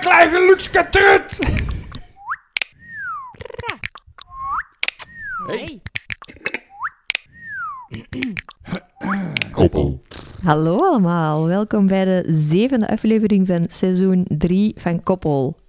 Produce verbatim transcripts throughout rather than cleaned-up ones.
klein gelukskatrut! Hey. Koppel. Hallo allemaal, welkom bij de zevende aflevering van seizoen drie van Koppel.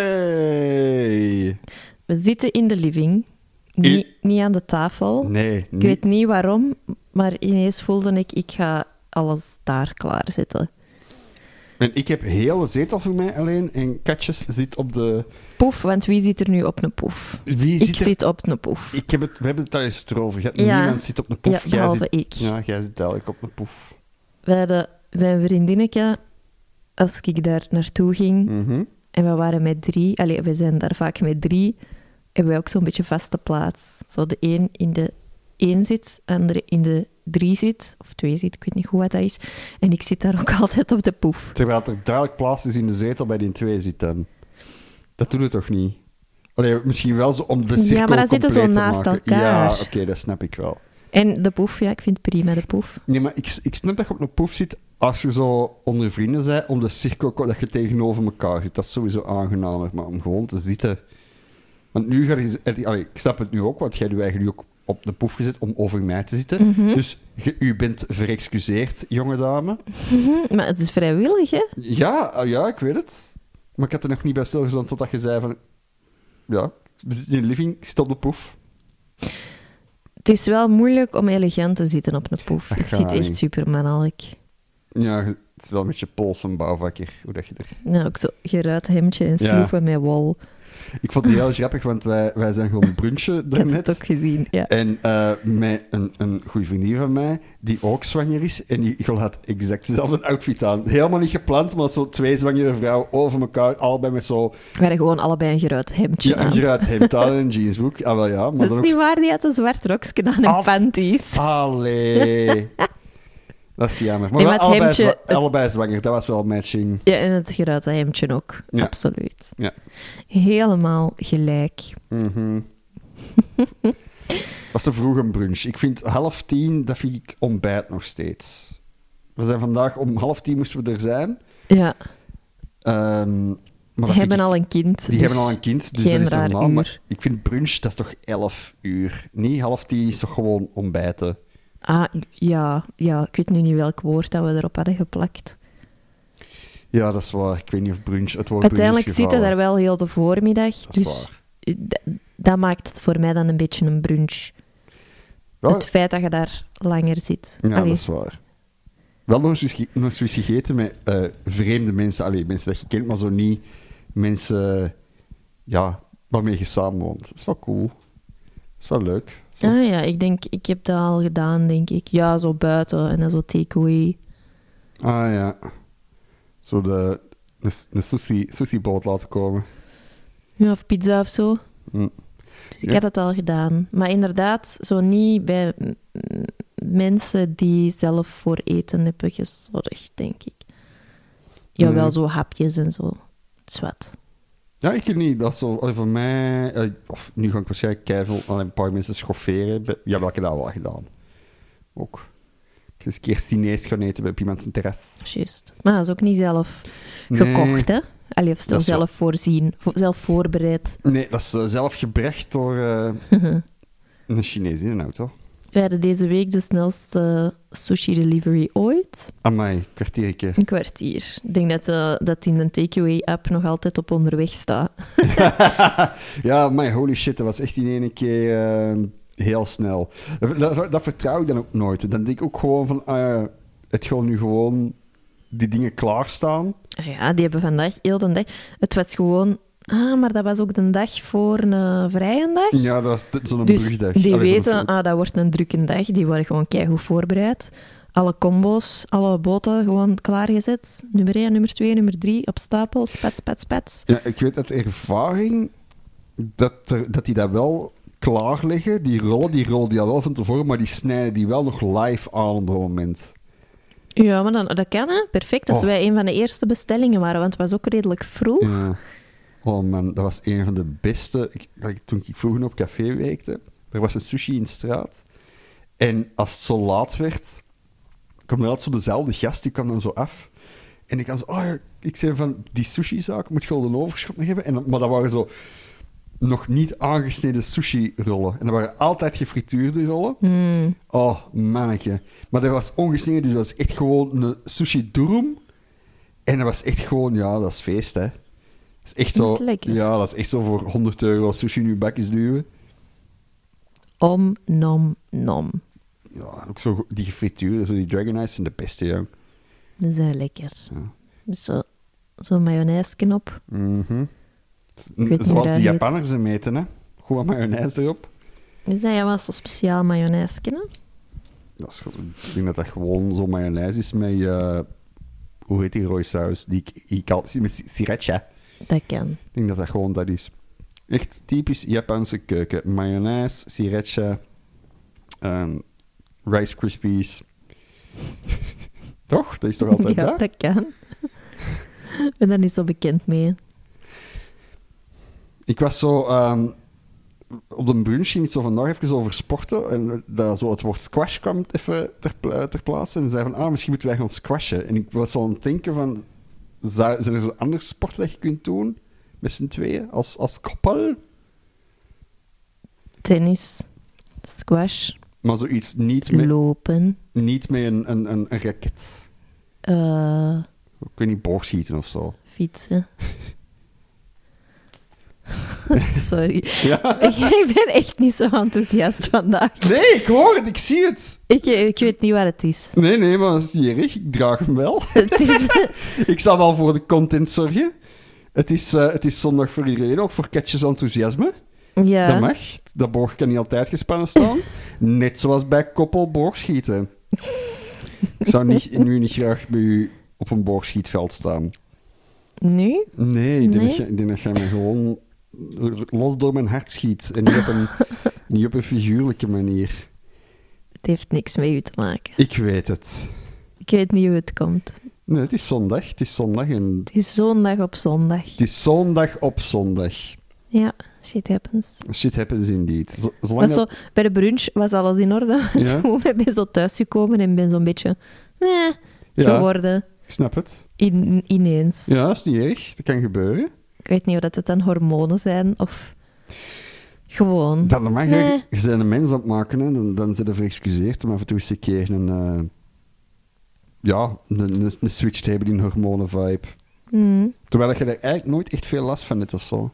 Yay! We zitten in de living, niet, niet aan de tafel. Nee, Ik niet. weet niet waarom, maar ineens voelde ik, ik ga alles daar klaarzetten. En ik heb hele zetel voor mij alleen en Katjes zit op de... Poef, want wie zit er nu op een poef? Wie Ik zit er... zit op een poef. Ik heb het... We hebben het daar eens erover gehad. Ja. Niemand zit op een poef. Ja, Jij behalve zit... ik. Ja, jij zit dadelijk op een poef. Wij hadden mijn vriendinnetje, als ik daar naartoe ging, Mhm. en we waren met drie, allee, we zijn daar vaak met drie, hebben wij ook zo'n beetje vaste plaats. Zo de een in de één zit, de andere in de drie zit, of twee zit, ik weet niet goed wat dat is. En ik zit daar ook altijd op de poef. Terwijl er duidelijk plaats is in de zetel bij die twee zit dan. Dat doen we toch niet? Allee, misschien wel zo om de cirkel Ja, maar dan zitten ze compleet zo te naast maken. elkaar. Ja, oké, dat snap ik wel. En de poef, ja, ik vind het prima, de poef. Nee, maar ik, ik snap dat je op een poef zit als je zo onder vrienden bent, om de cirkel dat je tegenover elkaar zit. Dat is sowieso aangenamer, maar om gewoon te zitten... Want nu ga je... Allee, ik snap het nu ook, want jij hebt je eigenlijk ook op de poef gezet om over mij te zitten. Mhm. Dus je, u bent verexcuseerd, jonge dame. Mhm, maar het is vrijwillig, hè? Ja, ah, ja, ik weet het. Maar ik had er nog niet bij stilgestaan totdat je zei van... Ja, we zitten in de living, ik zit op de poef. Het is wel moeilijk om elegant te zitten op een poef. Dat Ik gaat zit echt niet. super mannelijk. Ja, het is wel een beetje Pools en bouwvakker, hoe dat je er... Nou, ook zo geruit hemdje en Ja. sloeven met wol. Ik vond het heel grappig, want wij, wij zijn gewoon brunchen Ik heb daarnet. het ook gezien, ja. En uh, met een, een goede vriendin van mij, die ook zwanger is, en die die had exact dezelfde outfit aan. Helemaal niet gepland, maar zo twee zwangere vrouwen over elkaar, allebei met zo... We hadden gewoon allebei een geruit hemdje Ja, een aan. geruit hemd aan en een jeansbroek. Ah, wel ja, maar Dat dan is ook... niet waar, die had een zwart rokje aan en Af- panties. Allee. Dat is jammer. Maar Nee, wel maar het allebei, hemdje- zwa- allebei zwanger, dat was wel matching. Ja, en het geruite hemdje ook. Ja. Absoluut. Ja. Helemaal gelijk. Mhm. Was te vroeg een brunch. Ik vind half tien, dat vind ik ontbijt nog steeds. We zijn vandaag om half tien moesten we er zijn. Ja, Ehm, maar dat die vind hebben ik- al een kind. Die dus hebben al een kind, dus geen dat is raar normaal. uur. Maar ik vind brunch, dat is toch elf uur. Niet half tien is toch gewoon ontbijten. Ah, ja, ja, ik weet nu niet welk woord dat we erop hadden geplakt. Ja, dat is waar. Ik weet niet of brunch... Het woord Uiteindelijk brunch is zitten daar gevallen. wel heel de voormiddag. Dat is Dus waar. d- dat maakt het voor mij dan een beetje een brunch. Ja, Het feit dat je daar langer zit. ja Allee. dat is waar. Wel nog eens, ge- nog eens gegeten met eh, vreemde mensen. Allee, mensen dat je kent, maar zo niet mensen ja, waarmee je samenwoont. Dat is wel cool. Dat is wel leuk. Zo. Ah ja, ik denk, ik heb dat al gedaan, denk ik. Ja, zo buiten en dan zo takeaway. Ah ja. Zo de, de, de sushi, sushi-boot laten komen. Ja, of pizza of zo. Hm. Dus ik Ja. had het al gedaan. Maar inderdaad, zo niet bij mm, mensen die zelf voor eten hebben gezorgd, denk ik. Jawel, Nee. zo hapjes en zo. Zwat. Ja, ik weet niet. Dat is zo, allee, voor mij... eh, of nu ga ik waarschijnlijk keiveel aan een paar mensen schofferen. Be- Ja, welke dat wel gedaan. Ook. Ik heb eens een keer Chinees gaan eten bij op iemand zijn terras. Juist. Maar dat is ook niet zelf Nee. gekocht, hè? Allee, of Dat is zelf voorzien. vo- Zelf voorbereid. Nee, dat is eh, zelf gebracht door eh, een Chinees in een auto. We hadden deze week de snelste sushi-delivery ooit. Amai, kwartiertje. Een kwartier. Ik denk dat uh, dat in de takeaway-app nog altijd op onderweg staat. Ja, maar holy shit, dat was echt in één keer eh, heel snel. Dat, dat, dat vertrouw ik dan ook nooit. Dan denk ik ook gewoon van, ah ja, het gaat nu gewoon die dingen klaarstaan. Ah ja, die hebben vandaag heel de dag... Het was gewoon... Ah, maar dat was ook de dag voor een uh, vrije dag. Ja, dat was t- zo'n dus brugdag. die Allee, zo'n weten, vro- ah, dat wordt een drukke dag. Die worden gewoon keigoed voorbereid. Alle combo's, alle boten gewoon klaargezet. Nummer één, nummer twee, nummer drie, op stapel. Spats, spats, spats. Ja, ik weet uit ervaring dat, er, dat die dat wel klaarleggen. Die rollen, die rollen die al wel van tevoren, maar die snijden die wel nog live aan op dat moment. Ja, maar dan, dat kan, hè. Perfect. Als Oh. wij een van de eerste bestellingen waren, want het was ook redelijk vroeg. Ja. Oh man, dat was een van de beste. Ik, like, toen ik vroeger op café werkte, er was een sushi in de straat. En als het zo laat werd, kwam er altijd zo dezelfde gast, die kwam dan zo af. En En ik kan zo, oh ja, ik zei van, die sushi-zaak moet je al een overschot mee hebben. En, dan- maar dat waren zo nog niet aangesneden sushi-rollen. En dat waren altijd gefrituurde rollen. Mm. Oh, mannetje. Maar dat was ongesneden, dus dat was echt gewoon een sushi-durum. En dat was echt gewoon, ja, dat is feest, hè. Dat is echt Dat zo... is lekker. Ja, dat is echt zo voor honderd euro sushi nu bakjes duwen. Om, nom, nom. Ja, ook zo die gefrituurde, zo die Dragon Eyes zijn de beste, jong. Dat is wel lekker. Ja. Dus zo, zo'n mayonaise op. Mhm. weet niet hoe Zoals dat die heet. Japanners hem eten, hè. Gewoon mayonaise erop. Is dat ja wel zo'n speciaal mayonaise, hè? Dat is, gewoon- ik denk dat dat gewoon zo mayonaise is met... eh, hoe heet die rode saus? Die ik, ik altijd zie met sriracha. Dat kan. Ik denk dat dat gewoon dat is. Echt typisch Japanse keuken. Mayonaise, sriracha, ehm, Rice Krispies. Toch? Dat is toch altijd Ja, dat? dat kan. Ik ben daar niet zo bekend mee. Ik was zo... ehm, op de brunch ging het zo vandaag even over sporten. En dat zo het woord squash kwam even ter, pla- ter plaatse. En zei van, ah, misschien moeten wij gaan squashen. En ik was zo aan het denken van... zou- Zijn er zo andere sporten dat je kunt doen? Met z'n tweeën? Als, als koppel? Tennis, squash, Maar zoiets niet met, lopen, niet met een, een, een, een raket. eh, Ik weet niet, boogschieten of zo. fietsen. Sorry. Ja. Ik ben echt niet zo enthousiast vandaag. Nee, ik hoor het, ik zie het. Ik, ik weet niet wat het is. Nee, nee, maar dat is niet erg. Ik draag hem wel. Het is Ik zal wel voor de content zorgen. Het is, eh, het is zondag voor iedereen, ook voor Ketjes enthousiasme. ja. Dat mag. Dat boog kan niet altijd gespannen staan. Net zoals bij koppel boogschieten. Ik zou niet, nu niet graag bij u op een boogschietveld staan. Nu? Nee, ik denk, Nee? Dat, je, ik denk dat jij me gewoon los door mijn hart schiet. En niet op een, niet op een figuurlijke manier. Het heeft niks met u te maken. Ik weet het. Ik weet niet hoe het komt. Nee, het is zondag. Het is zondag en Het is zondag op zondag. het is zondag op zondag. Ja, shit happens. Shit happens indeed. Z- zolang Maar dat... zo, bij de brunch was alles in orde. Ja. Zo, ik ben zo thuisgekomen en ben zo'n beetje eh, Ja, geworden. ik snap het. In, ineens. Ja, dat is niet erg. Dat kan gebeuren. Ik weet niet of dat het dan hormonen zijn of gewoon. Dan mag je... Nee. Je bent een mens aan het maken, hè. Dan, dan zit je verexcuseerd om af en toe eens een keer een... eh, ja, een, een, een switch te hebben in hormonen-vibe. Hmm. Terwijl je er eigenlijk nooit echt veel last van hebt of zo.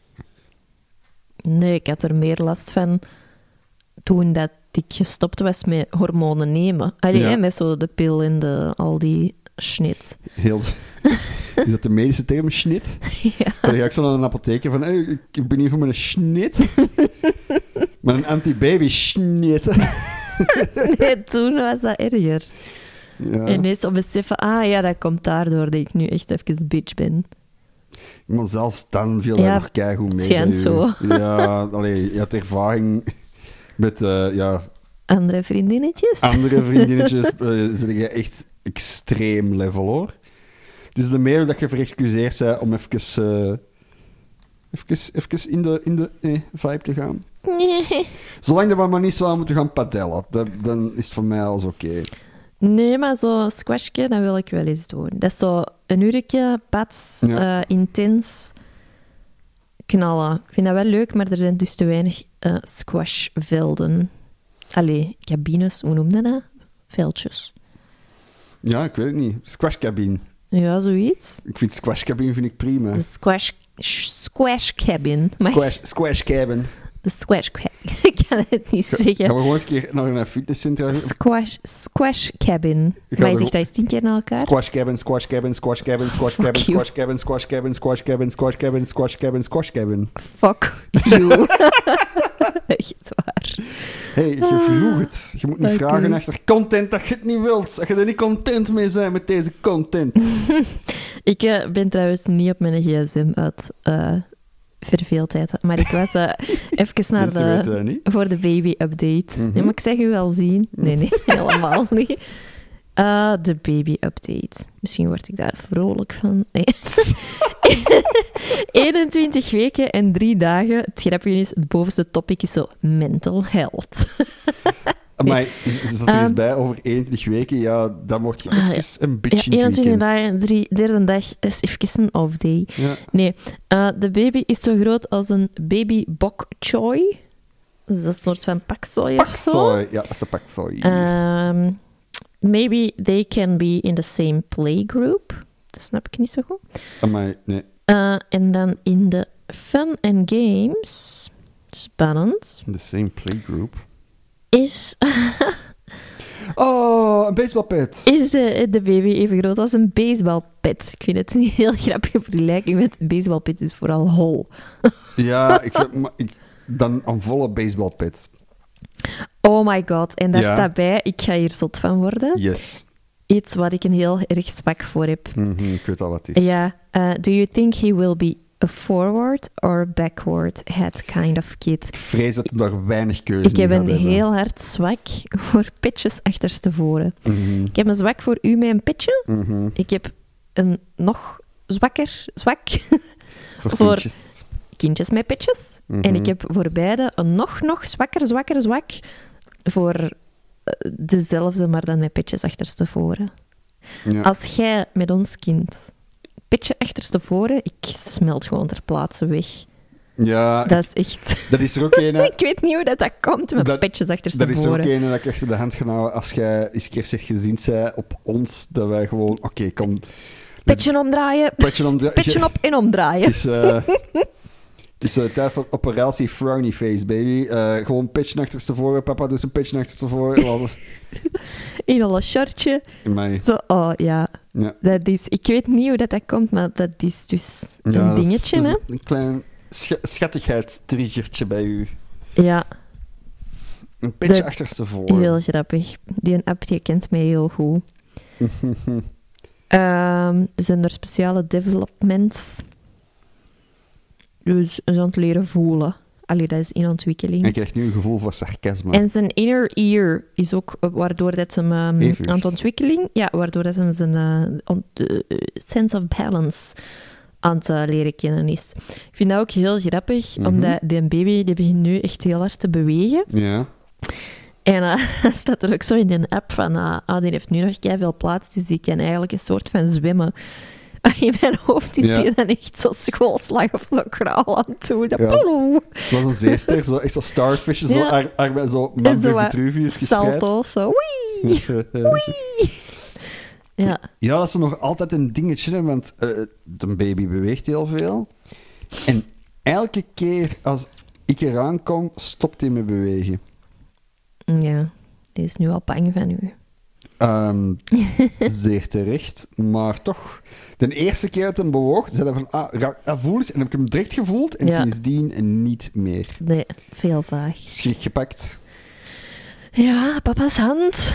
Nee, ik had er meer last van toen dat ik gestopt was met hormonen nemen. Allee, Ja. hè, met zo de pil en de, al die shit. Heel... Is dat de medische term, schnit? Ja. Dan ga ik zo naar een apotheker van... Hey, ik ben hier voor mijn schnit. Met een anti-baby schnit. Nee, toen was dat erger. Ja. En ineens op beseffen, ah ja, dat komt daardoor dat ik nu echt even bitch ben. Maar zelfs dan viel Ja, dat nog keigoed mee. het schijnt bij u. zo. Ja, allee, je had ervaring met eh, ja, Andere vriendinnetjes? andere vriendinnetjes. uh, zit je echt extreem level, hoor. Dus de meer dat je verexcuseerd bent om even, uh, even, even in de, in de eh, vibe te gaan. Nee. Zolang dat we maar niet zo aan moeten gaan padellen, dan, dan is het voor mij alles oké. Nee, maar zo squashje, dat wil ik wel eens doen. Dat is zo een uurtje, pads, Ja. eh, intens knallen. Ik vind dat wel leuk, maar er zijn dus te weinig eh, squashvelden. Allee, cabines, hoe noem je dat? Veldjes. Ja, ik weet het niet. Squashcabine. Ja, zoiets. Ik vind squashcabine vind ik prima. De squash, squash cabin. Maar Squash, squashcabine. de squash cabin. Ik kan het niet Gaan we zeggen. gewoon eens een keer naar een fitnesscentrum? Squash, squash cabin. Gaan Maar je we zegt dat eens tien keer naar elkaar. Squash cabin, squash cabin, squash cabin, squash Fuck cabin, you. squash cabin, squash cabin, squash cabin, squash cabin, squash cabin, squash cabin. Fuck you. Echt waar. Hé, hey, je vroeg het. Je moet niet Oké. vragen achter content dat je het niet wilt. Dat je er niet content mee bent met deze content. Ik eh, ben trouwens niet op mijn gsm uit eh, verveeldheid. Maar ik was eh, even naar Mensen weten de, dat niet. voor de baby-update. Mhm. Ja, maar ik zeg u wel zien. Nee, nee, helemaal niet. Eh, de baby-update. Misschien word ik daar vrolijk van. Nee. eenentwintig weken en drie dagen. Het grappige is, het bovenste topic is zo mental health. Maar ze zat er eens Um, bij over eenentwintig weken. Ja, dan word je Ah, even een Ja, beetje in het eenentwintig weekend. dagen, drie, derde dag is even een off-day. Ja. Nee, uh, de baby is zo groot als een baby bok choy. Dat is een soort van pakzooi of zo. Pakzooi. Ja, dat is een pakzooi. Um, maybe they can be in the same playgroup. Dat snap ik niet zo goed. Amai, nee. Uh, en dan in de fun and games, spannend, The same playgroup. is, Oh, een baseballpit. is de, de baby even groot als een baseballpit. Ik vind het een heel grappige vergelijking met baseballpit is vooral hol. Ja, ik vind, maar ik, dan een volle baseballpit. Oh my god, en daar Ja. staat bij, ik ga hier zot van worden. Yes. Iets wat ik een heel erg zwak voor heb. Mhm, ik weet al wat het is. Ja, uh, do you think he will be a forward or backward head kind of kid? Ik vrees dat er daar weinig keuze Ik heb in een gaat hebben. heel hard zwak voor pitches achterstevoren. Mhm, Ik heb een zwak voor u met een pitje. mhm. Ik heb een nog zwakker zwak Voor Voor- kindjes. kindjes met pitches. Mhm. En ik heb voor beide een nog, nog zwakker, zwakker zwak voor eh, dezelfde, maar dan met pitjes achterstevoren. Ja. Als jij met ons kind pitje achterstevoren, ik smelt gewoon ter plaatse weg. ja, Dat is echt... dat is er ook een. Ik weet niet hoe dat, dat komt met Dat- pitjes Dat is er ook achterstevoren. een dat ik achter de hand ga houden. Als jij eens een keer zegt gezien zij op ons, dat wij gewoon... Oké, kom. Pitje omdraaien, Petje om de... pitje op en omdraaien. Het is, eh, het is uh, tijd voor operatie Frowny Face, baby. Eh, gewoon pitchen achterstevoren. Papa doet een pitchen achterstevoren. Wel, In al een shortje. in mij. Zo, oh ja. Ja. Dat is, ik weet niet hoe dat, dat komt, maar dat is dus Ja, een dat is- dingetje, dat hè? is Een klein scha- schattigheidstriggertje bij u. Ja, Een pitch Dat- achterstevoren. heel grappig. Die app die kent mij heel goed. Ehm, zijn er speciale developments? Dus ze aan het leren voelen. Allee, dat is in ontwikkeling. En je krijgt nu een gevoel voor sarcasme. En zijn inner ear is ook, eh, waardoor dat ze hem ehm, Evenwicht. aan het ontwikkeling, ja, waardoor dat ze hem zijn eh, ont- eh, sense of balance aan het eh, leren kennen is. Ik vind dat ook heel grappig, Mhm. omdat die baby die begint nu echt heel hard te bewegen. Ja. En eh, staat er ook zo in een app van, ah, ah, die heeft nu nog veel plaats, dus die kan eigenlijk een soort van zwemmen. In mijn hoofd is Ja. die dan echt zo schoolslag of zo kraal aan het doen. Dat Ja. ploe. Zoals een zeester, zo, echt zo starfish, zo, Ja. ar, ar, zo En Mount zo wat Vitruvius gespreid. salto, zo. Wee. Ja. Ja, dat is nog altijd een dingetje, hè, want eh, de baby beweegt heel veel. En elke keer als ik eraan kom, stopt hij met bewegen. Ja, die is nu al bang van u. Ehm, zeer terecht, maar toch. De eerste keer dat hij bewoog, zei hij van, ah, ga, ah, voel eens. En heb ik hem direct gevoeld en Ja. sindsdien niet meer. Nee, veel vaag. Schrik gepakt. Ja, papa's hand.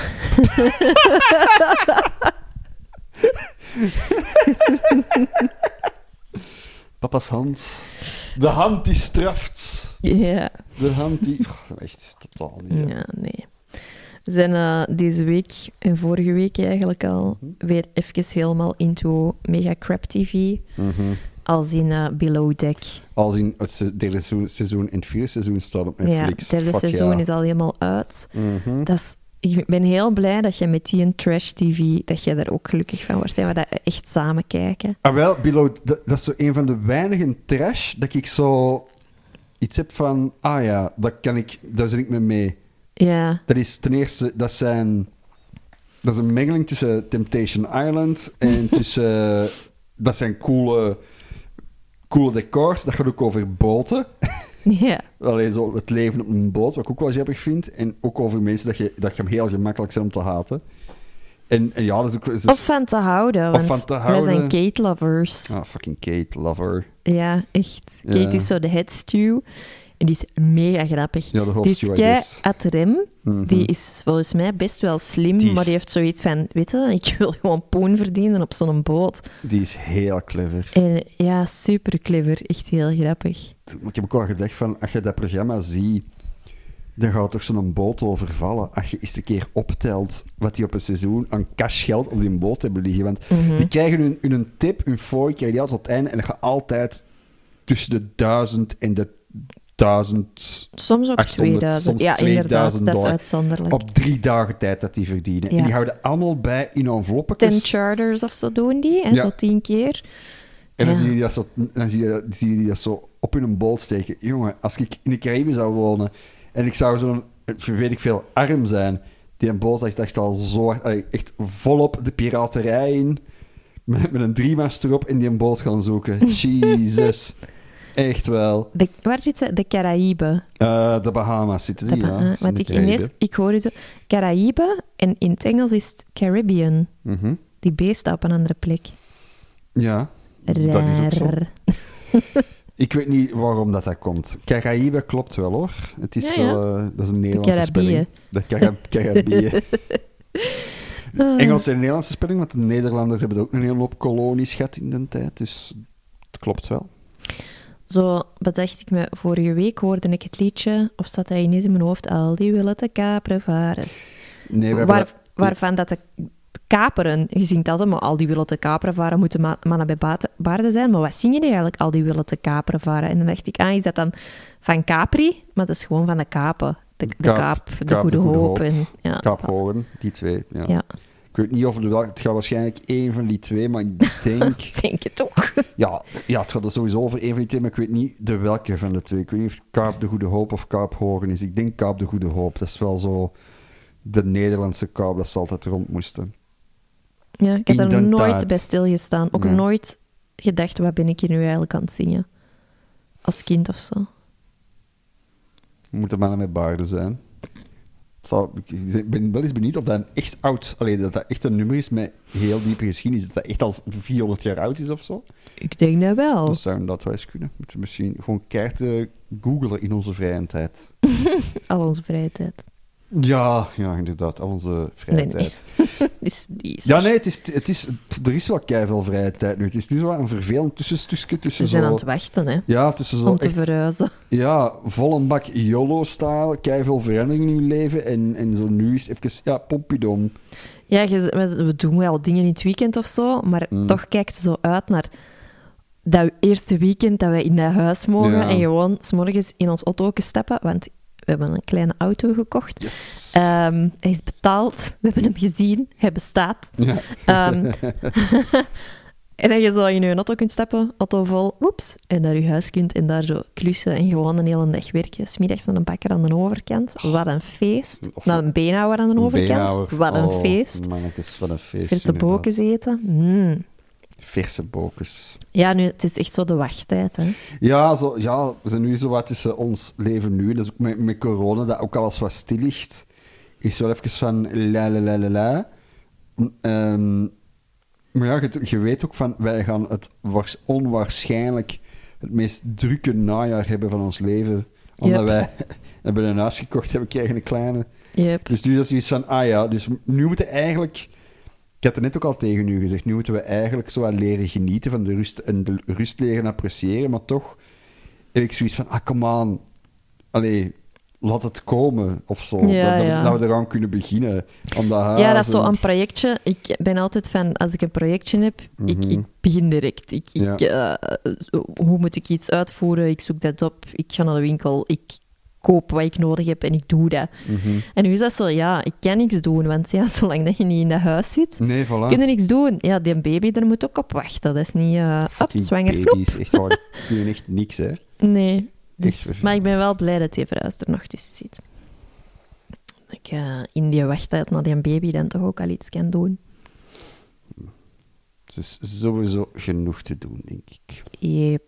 Papa's hand. De hand die straft. Ja, De hand die... Oh, echt totaal niet. hè. ja nee. We zijn eh, deze week en vorige week eigenlijk al weer even helemaal into Mega Crap T V. Mhm. Als in eh, Below Deck. Als in het se- derde seizoen- seizoen en het vierde seizoen staat op Ja, Netflix. het derde Fuck seizoen ja. is al helemaal uit. Mhm. Dat is, ik ben heel blij dat je met die en Trash T V, dat je daar ook gelukkig van wordt. En we dat echt samen kijken. Ah, wel, Below, dat, dat is zo een van de weinigen trash dat ik zo iets heb van, ah ja, dat kan ik, daar zit ik mee mee. Ja, Dat is ten eerste, dat zijn, dat is een mengeling tussen Temptation Island en tussen, dat zijn coole, coole decors. Dat gaat ook over boten. ja. Allee, zo het leven op een boot, wat ik ook wel grappig vind. En ook over mensen dat je, dat je heel gemakkelijk zijn om te haten. En, en ja, dat is ook... dat is- Of van te houden, Of want van te wij houden. zijn Kate-lovers. Ah, fucking Kate, lover. Ja, echt. Ja. Kate is zo de head stew. En die is mega grappig. Ja, de Die is kei hoofdstewardess. ad rem. Mhm. Die is volgens mij best wel slim, Die is- maar die heeft zoiets van, weet je, ik wil gewoon poen verdienen op zo'n boot. Die is heel clever. En ja, super clever. Echt heel grappig. Maar ik heb ook wel gedacht van, als je dat programma ziet, dan gaat toch zo'n boot overvallen. Als je eens een keer optelt wat die op een seizoen aan cashgeld op die boot hebben liggen. Want Mhm. die krijgen hun, hun tip, hun fooi, krijgen die altijd op het einde. En dat gaat altijd tussen de duizend en de duizend, Soms ook achthonderd, tweeduizend. soms Ja, inderdaad. tweeduizend Dat is dollar. uitzonderlijk. Op drie dagen tijd dat die verdienen. Ja. En die houden allemaal bij in Ten enveloppetjes. charters of zo doen die, hè, Ja. zo tien keer. En dan Ja. zie je die dat zo, dan zie je, zie je die dat zo op hun boot steken. Jongen, als ik in de Cariben zou wonen en ik zou zo'n, weet ik veel, arm zijn, die een boot ligt echt al zo hard, allee, echt volop de piraterij in, met, met een driemast erop en die een boot gaan zoeken. Jezus. Echt wel. De, waar zit ze? De Caraïben. Uh, de Bahama's zitten die, De Ba- ja. uh, zijn want de ik, ineens, Cariben. ik hoor je zo... Caraïben, en in het Engels is het Caribbean. Mhm. Die B staat op een andere plek. Ja, dat is ook zo. Raar. Ik weet niet waarom dat, dat komt. Caraïbe klopt wel, hoor. Het is Ja, ja. wel... uh, dat is een Nederlandse Caraïben. spelling. De Cara- Caraïben. Ah. Engelse en Nederlandse spelling, want de Nederlanders hebben ook een hele hoop kolonies gehad in de tijd, dus het klopt wel. Zo bedacht ik me, vorige week hoorde ik het liedje, of zat hij ineens in mijn hoofd, al die willen te kaperen varen. Nee, we hebben Waar, dat- waarvan dat de kaperen, je zingt altijd, maar al die willen te kaperen varen moeten ma- mannen bij baten- baarden zijn. Maar wat zingen die eigenlijk, al die willen te kaperen varen? En dan dacht ik, ah, is dat dan van Capri? Maar dat is gewoon van de kapen. De, de Kaap, kaap, de Kaap, goede de Goede hoop. Hoop. En, ja. Kaaphoorn, die twee. Ja. Ja, Ik weet niet of het, het gaat waarschijnlijk één van die twee, maar ik denk... ik denk het ook. ja, ja, het gaat er sowieso over één van die twee, maar ik weet niet de welke van de twee. Ik weet niet of het Kaap de Goede Hoop of Kaaphoorn is. Ik denk Kaap de Goede Hoop. Dat is wel zo de Nederlandse Kaap dat ze altijd rond moesten. Ja, ik heb er Inderdaad. nooit bij stilgestaan. Ook Nee. nooit gedacht, wat ben ik hier nu eigenlijk aan het zingen? Als kind of zo. Moeten mannen met baarden zijn. Het zal- ik ben wel eens benieuwd of dat een echt oud... Allee, dat dat echt een nummer is met heel diepe geschiedenis. Dat dat echt al vierhonderd jaar oud is of zo. Ik denk dat wel. Dat zou dat wel eens kunnen. Moeten we misschien gewoon keihard eh, googlen in onze vrije tijd. Al onze vrije tijd. Ja, ja, inderdaad. Al onze vrije Nee, nee. tijd. Dus die is Ja, nee, het is, het is, er is wel keiveel vrije tijd nu. Het is nu zo wat een vervelend tussenstukje tussen We zijn zo... aan het wachten, hè. Ja, tussen zo Om te echt... verhuizen. Ja, vol een bak YOLO-staal, keiveel verandering in je leven. En, en zo nu is het even... Ja, pompidom. Ja, je, we, we doen wel dingen in het weekend of zo, maar Mm. toch kijkt ze zo uit naar dat eerste weekend dat wij in dat huis mogen Ja. en gewoon 's morgens in ons auto stappen, want we hebben een kleine auto gekocht. Yes. Ehm, hij is betaald, we hebben hem gezien, hij bestaat. ja. Ehm, en dat je zo in je auto kunt stappen, auto vol, woeps, en naar je huis kunt en daar zo klussen en gewoon een hele dag werken. 's Middags naar een bakker aan de overkant. Wat een feest. Of- Naar een beenhouwer aan de overkant. Beenhouwer. Wat een Oh, feest. Mannetjes, wat een feest. Verse inderdaad. bokens eten. Mm. Verse bokens. Ja, nu, het is echt zo de wachttijd, hè. Ja, zo, ja, we zijn nu zo wat tussen ons leven nu. Dat is ook met, met corona, dat ook alles wat stil ligt. Is wel even van la la la la la. Ehm, maar ja, je, je weet ook van, wij gaan het waars- onwaarschijnlijk het meest drukke najaar hebben van ons leven. Omdat Yep. wij hebben een huis gekocht hebben, krijgen een kleine. Yep. Dus nu is het zoiets van, ah ja, dus nu moeten we eigenlijk... Ik had het net ook al tegen u gezegd, nu moeten we eigenlijk zo aan leren genieten van de rust en de rust leren appreciëren, maar toch heb ik zoiets van, ah, come on. Allee, laat het komen, of zo. Ja, dat, dat, ja. dat we eraan kunnen beginnen. Aan dat huis Ja, dat is zo en- een projectje. Ik ben altijd van, als ik een projectje heb, ik, Mhm. ik begin direct. Ik, ik, Ja. eh, zo, hoe moet ik iets uitvoeren? Ik zoek dat op. Ik ga naar de winkel. Ik koop wat ik nodig heb en ik doe dat. Mhm. En nu is dat zo, ja, ik kan niks doen, want ja, zolang dat je niet in dat huis zit, Nee, voilà. kun je niks doen. Ja, die baby, daar moet ook op wachten. Dat is niet, eh op, Fucking zwanger, vloep. baby's, echt waar, die kunnen echt niks, hè. Nee. Dus, Echt vervelend. maar ik ben wel blij dat die verhuis er nog tussen zit. Dat ik eh, in die wachttijd naar die baby dan toch ook al iets kan doen. Het is sowieso genoeg te doen, denk ik. Yep.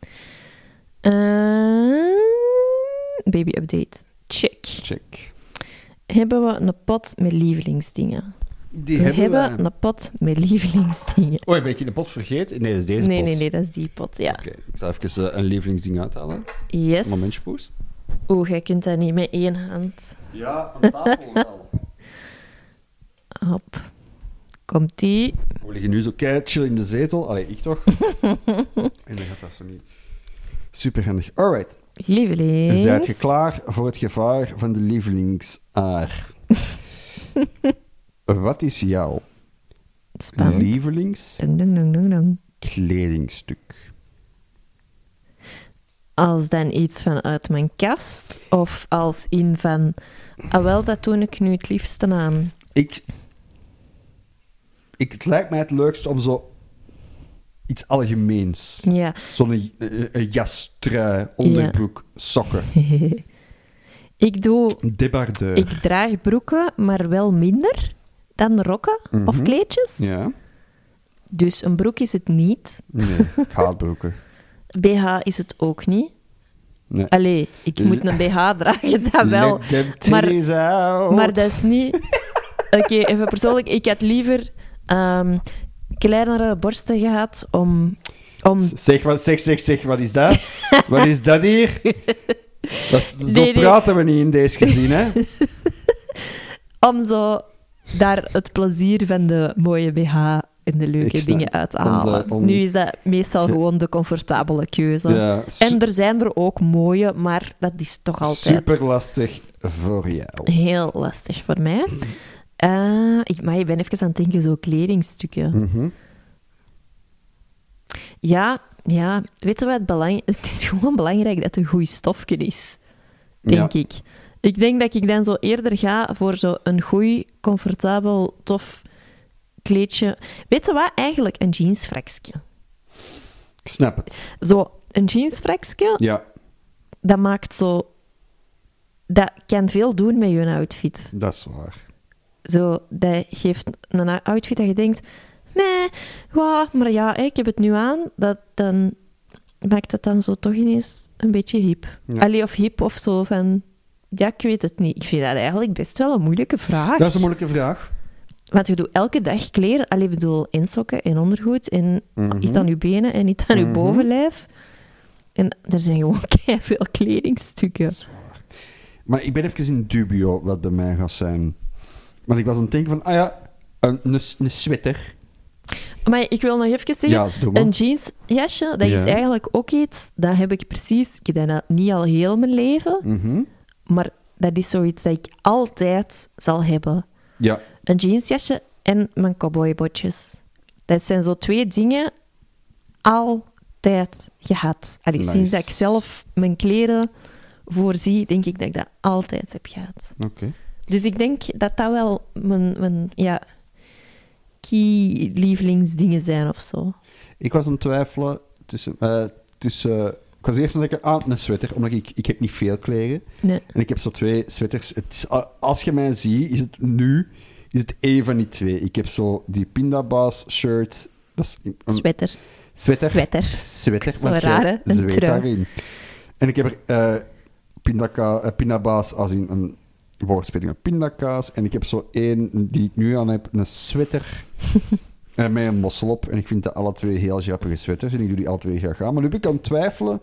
Eh, baby update. Check. Check. Hebben we een pot met lievelingsdingen? Die we hebben, hebben we... een pot met lievelingsdingen. Oh, ben je de pot vergeten? Nee, dat is deze Nee, pot. nee, nee, dat is die pot, ja. Oké, ik zal even eh, een lievelingsding uithalen. Yes. Momentje, poes. Oeh, jij kunt dat niet met één hand. Ja, aan tafel wel. Hop. Komt-ie. We liggen nu zo keihard chill in de zetel. Allee, ik toch? En dan gaat dat zo niet. Superhandig. Alright. Lievelings. Zijt je klaar voor het gevaar van de lievelingsaar? Wat is jouw Spannend. lievelingskledingstuk? Dung, dung, dung, dung, dung. als dan iets van uit mijn kast? Of als in van... Ah, wel, dat doe ik nu het liefste aan. Ik, ik... Het lijkt mij het leukst om zo... Iets algemeens. Ja. Zo'n een, een jas, trui, onderbroek, sokken. Ik doe... Débardeur. Ik draag broeken, maar wel minder dan rokken Mhm. of kleedjes. Ja. Dus een broek is het niet. Nee, ik haat broeken. B H is het ook niet. Nee. Allee, ik moet een B H dragen, dat wel. Let them Maar- titties out. Maar dat is niet... Oké, even persoonlijk. Ik had liever ehm, kleinere borsten gehad om... om... Zeg, wat, zeg, zeg, zeg, wat is dat? Wat is dat hier? Dat is, zo Nee, nee. praten we niet in deze gezin, hè? Om zo daar het plezier van de mooie B H en de leuke Ik snap. dingen uit te Om de- halen. om- Nu is dat meestal gewoon de comfortabele keuze. Ja, En er zijn er ook mooie, maar dat is toch altijd super lastig voor jou. heel lastig voor mij. Eh, ik, maar ik ben even aan het denken, zo kledingstukken. Mhm. Ja, ja, weet je wat belang... Het is gewoon belangrijk dat het een goed stofje is, denk Ja. ik. Ik denk dat ik dan zo eerder ga voor zo een goed, comfortabel, tof kleedje. Weet je wat? Eigenlijk een jeansfraksje. Ik snap het. Zo, een jeansfraksje, Ja, dat maakt zo... Dat kan veel doen met je outfit. dat is waar. Zo, dat geeft een outfit dat je denkt... Nee, ja, maar ja, hè, ik heb het nu aan. Dat, dan maakt het dan zo toch ineens een beetje hip. Ja. Allee, of hip of zo van... Ja, ik weet het niet. Ik vind dat eigenlijk best wel een moeilijke vraag. Dat is een moeilijke vraag. Want je doet elke dag kleren. Allee, ik bedoel, en sokken en ondergoed. En Mhm. iets aan je benen en iets aan je Mhm. bovenlijf. En er zijn gewoon veel kledingstukken. Maar ik ben even in dubio wat bij mij gaat zijn. Want ik was aan het denken van, ah ja, een, een, een sweater. Maar ik wil nog even zeggen... Ja, doe maar. Een jeansjasje, dat is Ja. eigenlijk ook iets... Dat heb ik precies... Ik heb dat niet al heel mijn leven. Mhm. Maar dat is zoiets dat ik altijd zal hebben. Ja, Een jeansjasje en mijn cowboybotjes. Dat zijn zo twee dingen altijd gehad. Allee, Nice. Sinds dat ik zelf mijn kleren voorzie, denk ik dat ik dat altijd heb gehad. oké. Dus ik denk dat dat wel mijn, mijn ja, key lievelingsdingen zijn of zo. Ik was aan het twijfelen tussen... eh, tussen ik was eerst aan het denken, ah, een sweater, omdat ik, ik heb niet veel kleren. Nee. En ik heb zo twee sweaters. Het is, als je mij ziet, is het nu is het één van die twee. Ik heb zo die Pindabaas shirt. Dat is een Sweater. sweater. Sweater. Sweater. Zo want jij raar, hè? Een zweet trui. daarin. En ik heb er eh pindaka, eh, Pindabaas als in een woordspeling met pindakaas. En ik heb zo één die ik nu aan heb, een sweater. eh, met een mossel op. En ik vind dat alle twee heel grappige sweaters. En ik doe die alle twee graag aan. Maar nu ben ik aan het twijfelen.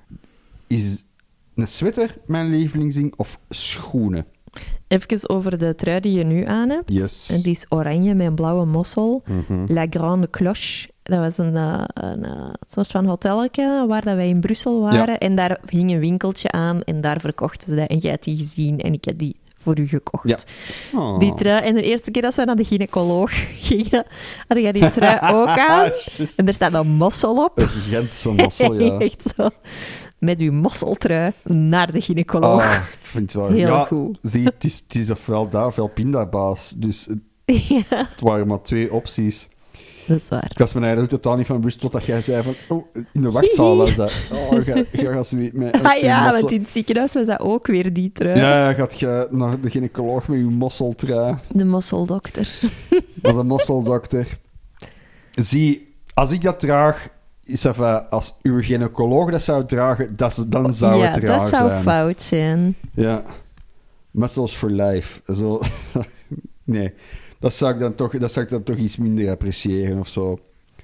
Is een sweater mijn lievelingsding of schoenen? Even over de trui die je nu aan hebt. Yes. En die is oranje met een blauwe mossel. Mhm. La Grande Cloche. Dat was een, eh, een, eh, soort van hotelletje waar dat wij in Brussel waren. Ja. En daar hing een winkeltje aan en daar verkochten ze dat. En jij had die gezien en ik heb die voor u gekocht. Ja. Oh. Die trui. En de eerste keer dat we naar de gynaecoloog gingen, had jij die trui ook aan. Juist. En er staat een mossel op. Een Gentse mossel, ja. Echt zo. Met uw mosseltrui naar de gynaecoloog. Ah, ik vind het wel... Heel ja, goed. zie, het is, het is ofwel daar ofwel pindabaas. Dus het, Ja, het waren maar twee opties. dat is waar. Ik was me eigenlijk totaal niet van bewust totdat jij zei van... Oh, in de wachtzaal was dat. Oh, ga, ga als wie met Ah uw ja, mossel- want in het ziekenhuis was dat ook weer die trui. Ja, gaat je naar de gynaecoloog met je mosseltrui. De mosseldokter. Naar de mosseldokter. Zie, als ik dat draag... Is dat van, als uw gynaecoloog dat zou dragen, dat, is- dan zou ja, het raar dat zou zijn. fout zijn. Ja. Muscles for life. Zo. Nee. Dat zou, ik dan toch, dat zou ik dan toch iets minder appreciëren of zo.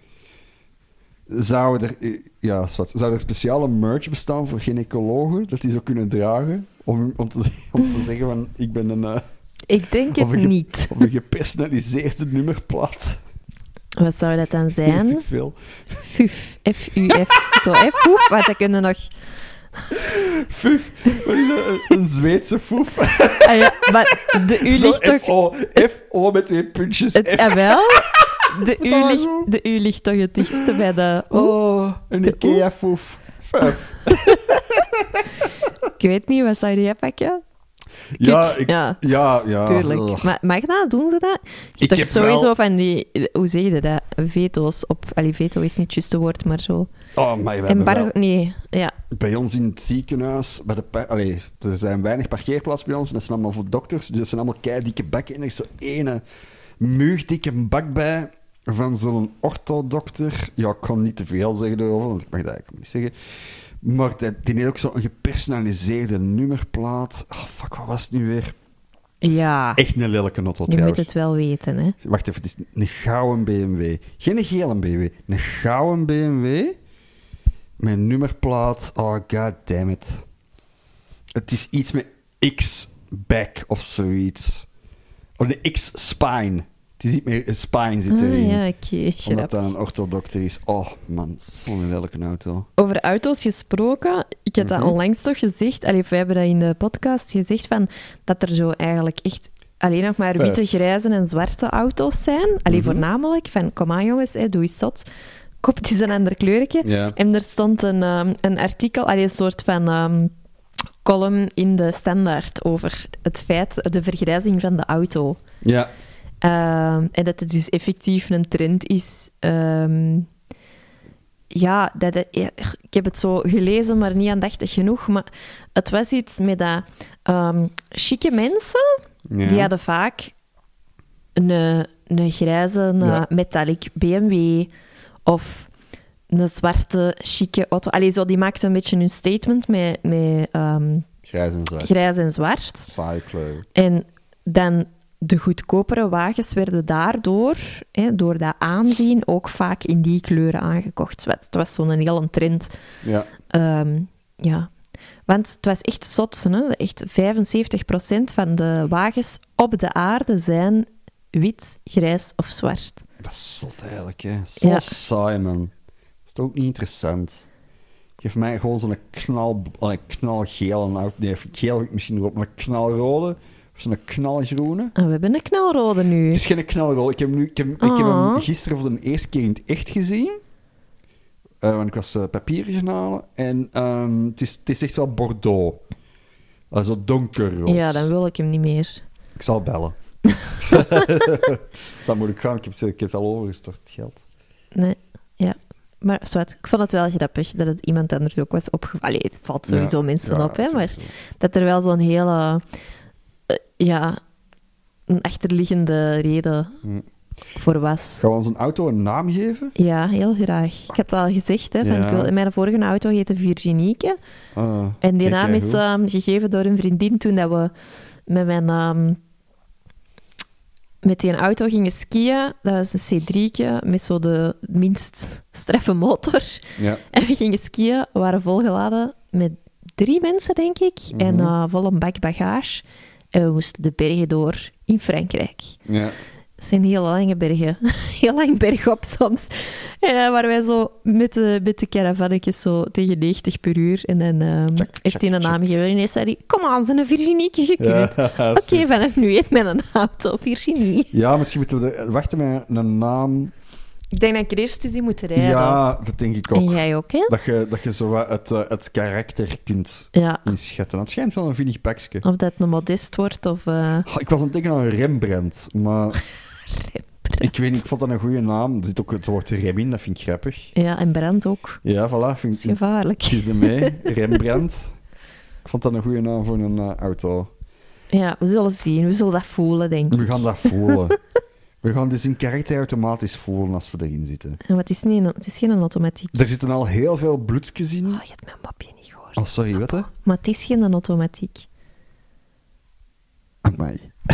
Zou er, ja, is wat, zou er speciale merch bestaan voor gynaecologen? Dat die zo kunnen dragen? Om, om, te, om te zeggen van, ik ben een, uh, Ik denk het Of ik- niet. of een gepersonaliseerd nummerplaat. Wat zou dat dan Weet zijn? ik veel. Fuf. F U F. Zo, F. Foef. Wat, dat kunnen nog... Fuf. Wat is dat? Een, een Zweedse foef. Ah ja, maar de U Zo ligt toch... F O. F O met twee puntjes. Het, F. ah, wel. De Wat U, dan ligt, goed? de U ligt toch het dichtste bij de... Oh, een De Ikea-foef. Fuf. Ik weet niet, wat zou jij pakken? Ja, Kut. ik, Ja. ja, ja. Tuurlijk. Ugh. Maar mag dat? Doen ze dat? Je Ik hebt toch heb sowieso wel- van die... Hoe zeg je dat? Veto's op... Allee, veto is niet het juiste woord, maar zo... Oh, maar we hebben Embargo... wel- Nee, ja. Bij ons in het ziekenhuis, bij de par- Allee, er zijn weinig parkeerplaatsen bij ons en dat zijn allemaal voor dokters. Dus dat zijn allemaal keidikke bakken en er is zo ene muurdikke bak bij van zo'n orthodokter. Ja, ik kan niet te veel zeggen erover, want ik mag dat eigenlijk niet zeggen. Maar die, die heeft ook zo'n gepersonaliseerde nummerplaat. Oh, fuck, wat was het nu weer? Ja. Echt een lelijke auto Je trouwens. moet het wel weten, hè. Wacht even, het is een gouden B M W. Geen gele B M W, een gouden B M W met een nummerplaat. Oh, god damn it. Het is iets met X-back of zoiets. Of de X-spine. Het is niet meer een spine zit erin. Ah, ja, oké. Omdat Grappig. dat een orthodokter is. Oh man, zo'n lelijke auto. Over auto's gesproken, ik heb dat Mhm. onlangs toch gezegd, allee, we hebben dat in de podcast gezegd, van, dat er zo eigenlijk echt alleen nog maar Vijf. witte, grijze en zwarte auto's zijn. Allee, Mhm. voornamelijk van, kom aan jongens, hè, doe eens zot. Koop eens een ander kleuretje. Ja. En er stond een, ehm, een artikel, allee, een soort van ehm, column in de Standaard over het feit, de vergrijzing van de auto. Ja. Ehm, en dat het dus effectief een trend is. Ehm, ja, dat het- ja, ik heb het zo gelezen, maar niet aandachtig genoeg. Maar het was iets met dat ehm chique mensen, Ja. die hadden vaak een, een grijze een Ja. metallic B M W of een zwarte chique auto. Allee, zo, die maakten een beetje hun statement met, met ehm, Grijs en zwart. grijs en zwart. Saaie kleur. En dan de goedkopere wagens werden daardoor, hè, door dat aanzien, ook vaak in die kleuren aangekocht. Het was zo'n hele trend. Ja. Ehm, ja. Want het was echt zot, hè? Echt vijfenzeventig procent van de wagens op de aarde zijn wit, grijs of zwart. Dat is zot eigenlijk, hè. Zo Ja. saai, man. Dat is toch ook niet interessant. Geef mij gewoon zo'n knal, allee, knalgele auto. Nee, geel heb ik misschien erop, maar een knalrode. Of zo'n knalgroene. En we hebben een knalrode nu. Het is geen knalrode. Ik heb, nu, ik heb, ik heb Oh. hem gisteren voor de eerste keer in het echt gezien. Eh, want ik was uh, papieren gaan halen. En ehm, het, is, het is echt wel Bordeaux. Uh, zo donkerrood. Ja, dan wil ik hem niet meer. Ik zal bellen. Dat moet ik gaan. Ik heb, het- ik heb het al overgestort, het geld. Nee, ja. Maar zwart, ik vond het wel grappig dat het iemand anders ook was opgevallen. Allee, het valt sowieso Ja, mensen ja, op, hè, maar sowieso. dat er wel zo'n hele, eh, ja, een achterliggende reden Hm. voor was. Gaan we onze auto een naam geven? Ja, heel graag. Ik had het al gezegd, hè, van, Ja. ik wil, mijn vorige auto heette Virginieke. Ah, En die kijk, naam is goed. ehm, gegeven door een vriendin toen dat we met mijn... ehm, met die auto gingen skiën. Dat was een C drie'tje met zo de minst straffe motor. Ja. En we gingen skiën, we waren volgeladen met drie mensen, denk ik. Mhm. En uh, vol een bak bagage. En we moesten de bergen door in Frankrijk. Ja. Het zijn heel lange bergen. Heel lang bergop soms. En dan waren wij zo met de, met de caravannetjes zo tegen negentig per uur. En dan um, Check, echt check, in een check. naam gegeven. En ineens zei hij, kom aan, zijn een Virginieke gekund. Ja, Oké, vanaf nu heet mijn auto Virginie. ja, misschien moeten we er, wachten met een naam. Ik denk dat ik er eerst eens in moet rijden. Ja, dat denk ik En ook. jij ook, hè? Dat je, dat je zo wat het, eh, het karakter kunt Ja. inschatten. Het schijnt wel een vinnig pakje. Of dat een modest wordt, of... uh, Oh, ik was aan het denken aan Rembrandt, maar ik weet niet, ik vond dat een goede naam. Er zit ook het woord rem in, dat vind ik grappig. Ja, en brand ook. Ja, voilà, Dat vind is ik. gevaarlijk. Kies er mee, Rembrandt. Ik vond dat een goede naam voor een eh, auto. Ja, we zullen zien. We zullen dat voelen, denk ik. We gaan dat voelen. We gaan dus in karakter automatisch voelen als we erin zitten. Ja, maar het is, niet een, het is geen automatiek. Er zitten al heel veel bloedjes in. Oh, je hebt mijn mapje niet gehoord. Oh, sorry, wat hè? Maar het is geen automatiek. Amai.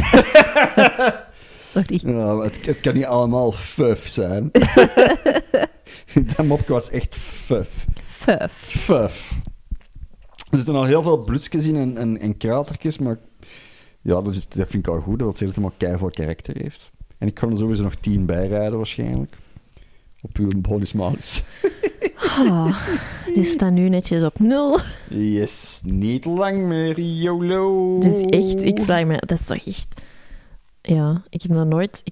Sorry. Ja, het, het kan niet allemaal fuf zijn. Dat mopje was echt fuf. Fuff. Fuf. Er zitten al heel veel bloedjes in en, en, en kratertjes, maar ja, dat, is, dat vind ik al goed, dat het helemaal keiveel karakter heeft. En ik kan er sowieso nog tien bij rijden, waarschijnlijk. Op uw bonus malus. Oh, die staat nu netjes op nul. Yes, niet lang meer, YOLO. Het is echt... Ik vraag me... Dat is toch echt... Ja, ik heb nog nooit... Ik,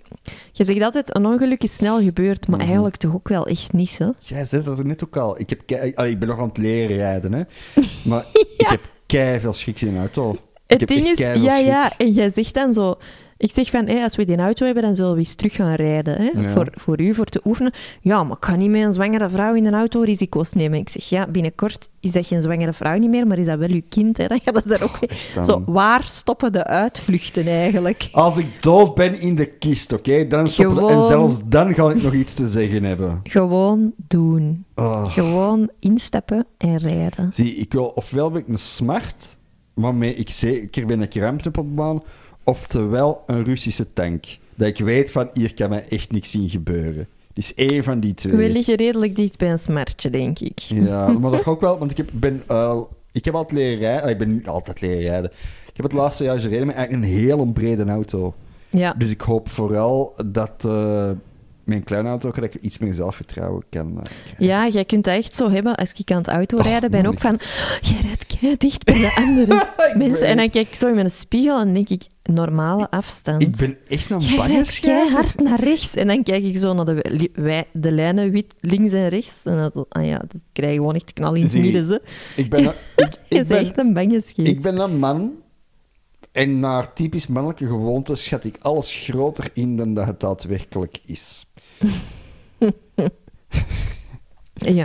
Je zegt altijd, een ongeluk is snel gebeurd, maar Mhm. eigenlijk toch ook wel echt niet, hè? Jij zei dat er net ook al. Ik, heb kei- allee, ik ben nog aan het leren rijden, hè. Maar ik heb keiveel schrik in een auto. Ik Het heb ding echt is, keiveel ja, schrik. ja, en jij zegt dan zo... Ik zeg van, hé, als we die auto hebben, dan zullen we eens terug gaan rijden. Hè? Ja. Voor, voor u, voor te oefenen. Ja, maar ik kan niet met een zwangere vrouw in een auto risico's nemen. Ik zeg, ja, binnenkort is dat geen zwangere vrouw niet meer, maar is dat wel uw kind, hè? Dan gaat dat daar ook... Echt dan. Zo, waar stoppen de uitvluchten eigenlijk? Als ik dood ben in de kist, oké, dan stoppen we- En Gewoon- zelfs dan ga ik nog iets te zeggen hebben. Gewoon doen. Oh. Gewoon instappen en rijden. Zie, ik wil ofwel ben ik een smart, waarmee ik zeker ben ik ruimte op de baan, oftewel een Russische tank. Dat ik weet van, hier kan mij echt niks zien gebeuren. Dus één van die twee. We liggen redelijk dicht bij een smartje, denk ik. Ja, maar dat ook wel, want ik heb, ben, uh, ik heb altijd leren rijden. Ah, ik ben niet altijd leren rijden. Ik heb het laatste jaar gereden met eigenlijk een hele brede auto. Ja. Dus ik hoop vooral dat uh, mijn kleine auto, dat ik iets meer zelfvertrouwen kan uh, krijgen. Ja, jij kunt dat echt zo hebben als ik aan het autorijden Oh, ben. Ook van, jij rijdt kei dicht bij de andere mensen. En dan kijk ik zo in mijn spiegel en denk ik, normale afstand. Ik ben echt een Jij rijdt bangeschijter. hard naar rechts. En dan kijk ik zo naar de, li- wij- de lijnen wit, links en rechts. En dan zo, ah ja, dus ik krijg gewoon echt knal in het Zie, midden. Ze. Ik ben, een- ik, Je ik, bent ben, echt een bange scheet. ik ben een man. En naar typisch mannelijke gewoontes schat ik alles groter in dan dat het daadwerkelijk is. Ja.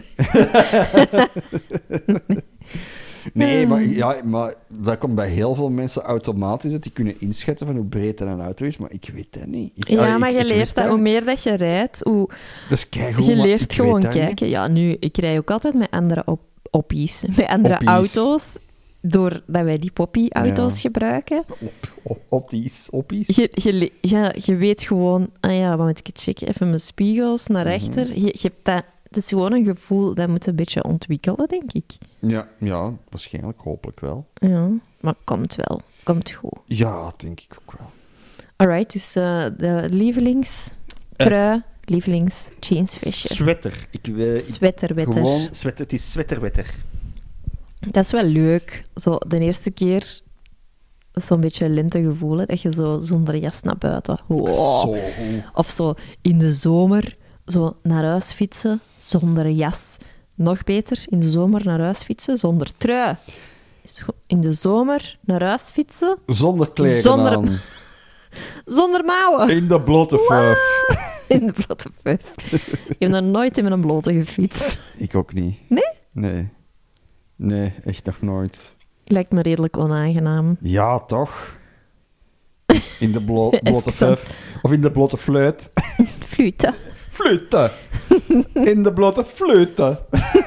Nee, maar, ja, maar dat komt bij heel veel mensen automatisch, dat die kunnen inschatten van hoe breed een auto is, maar ik weet dat niet. Ik, ja, ah, maar ik- je ik leert weet dat. Hoe meer dat je rijdt, hoe... Dus kijk, hoe, Je maar leert ik gewoon weet dat niet. kijken. Ja, nu, ik rij ook altijd met andere op oppies. Met andere Oppies. auto's. Doordat wij die poppy-auto's Ja. gebruiken. Op, op, oppies, oppies. Je, je, le- ja, je weet gewoon... Ah ja, wat moet ik checken? Even mijn spiegels naar Mhm. rechter. Je, je hebt dat... Het is gewoon een gevoel dat moet een beetje ontwikkelen, denk ik. Ja, ja, waarschijnlijk, hopelijk wel. Ja, maar komt wel. Komt goed. Ja, denk ik ook wel. Alright, dus eh, de lievelings... Trui, lievelings, jeansvestje. Sweater. Ik, uh, ik, Sweaterwetter. gewoon, sweater, het is sweaterwetter. Dat is wel leuk. Zo de eerste keer zo'n beetje lentegevoel, hè, dat je zo zonder jas naar buiten. Wow. Zo goed. Of zo in de zomer zo naar huis fietsen zonder jas. Nog beter, in de zomer naar huis fietsen zonder trui. Is goed. In de zomer naar huis fietsen Zonder kleren Zonder- aan. zonder mouwen. In de blote fuif. In de blote fuif. Ik heb nog nooit in mijn blote gefietst. Ik ook niet. Nee? Nee. Nee, echt nog nooit. Lijkt me redelijk onaangenaam. Ja, toch? In de blo blote Even. fuif. Of in de blote fluit. Fluten. Fluiten. In de blote fluiten.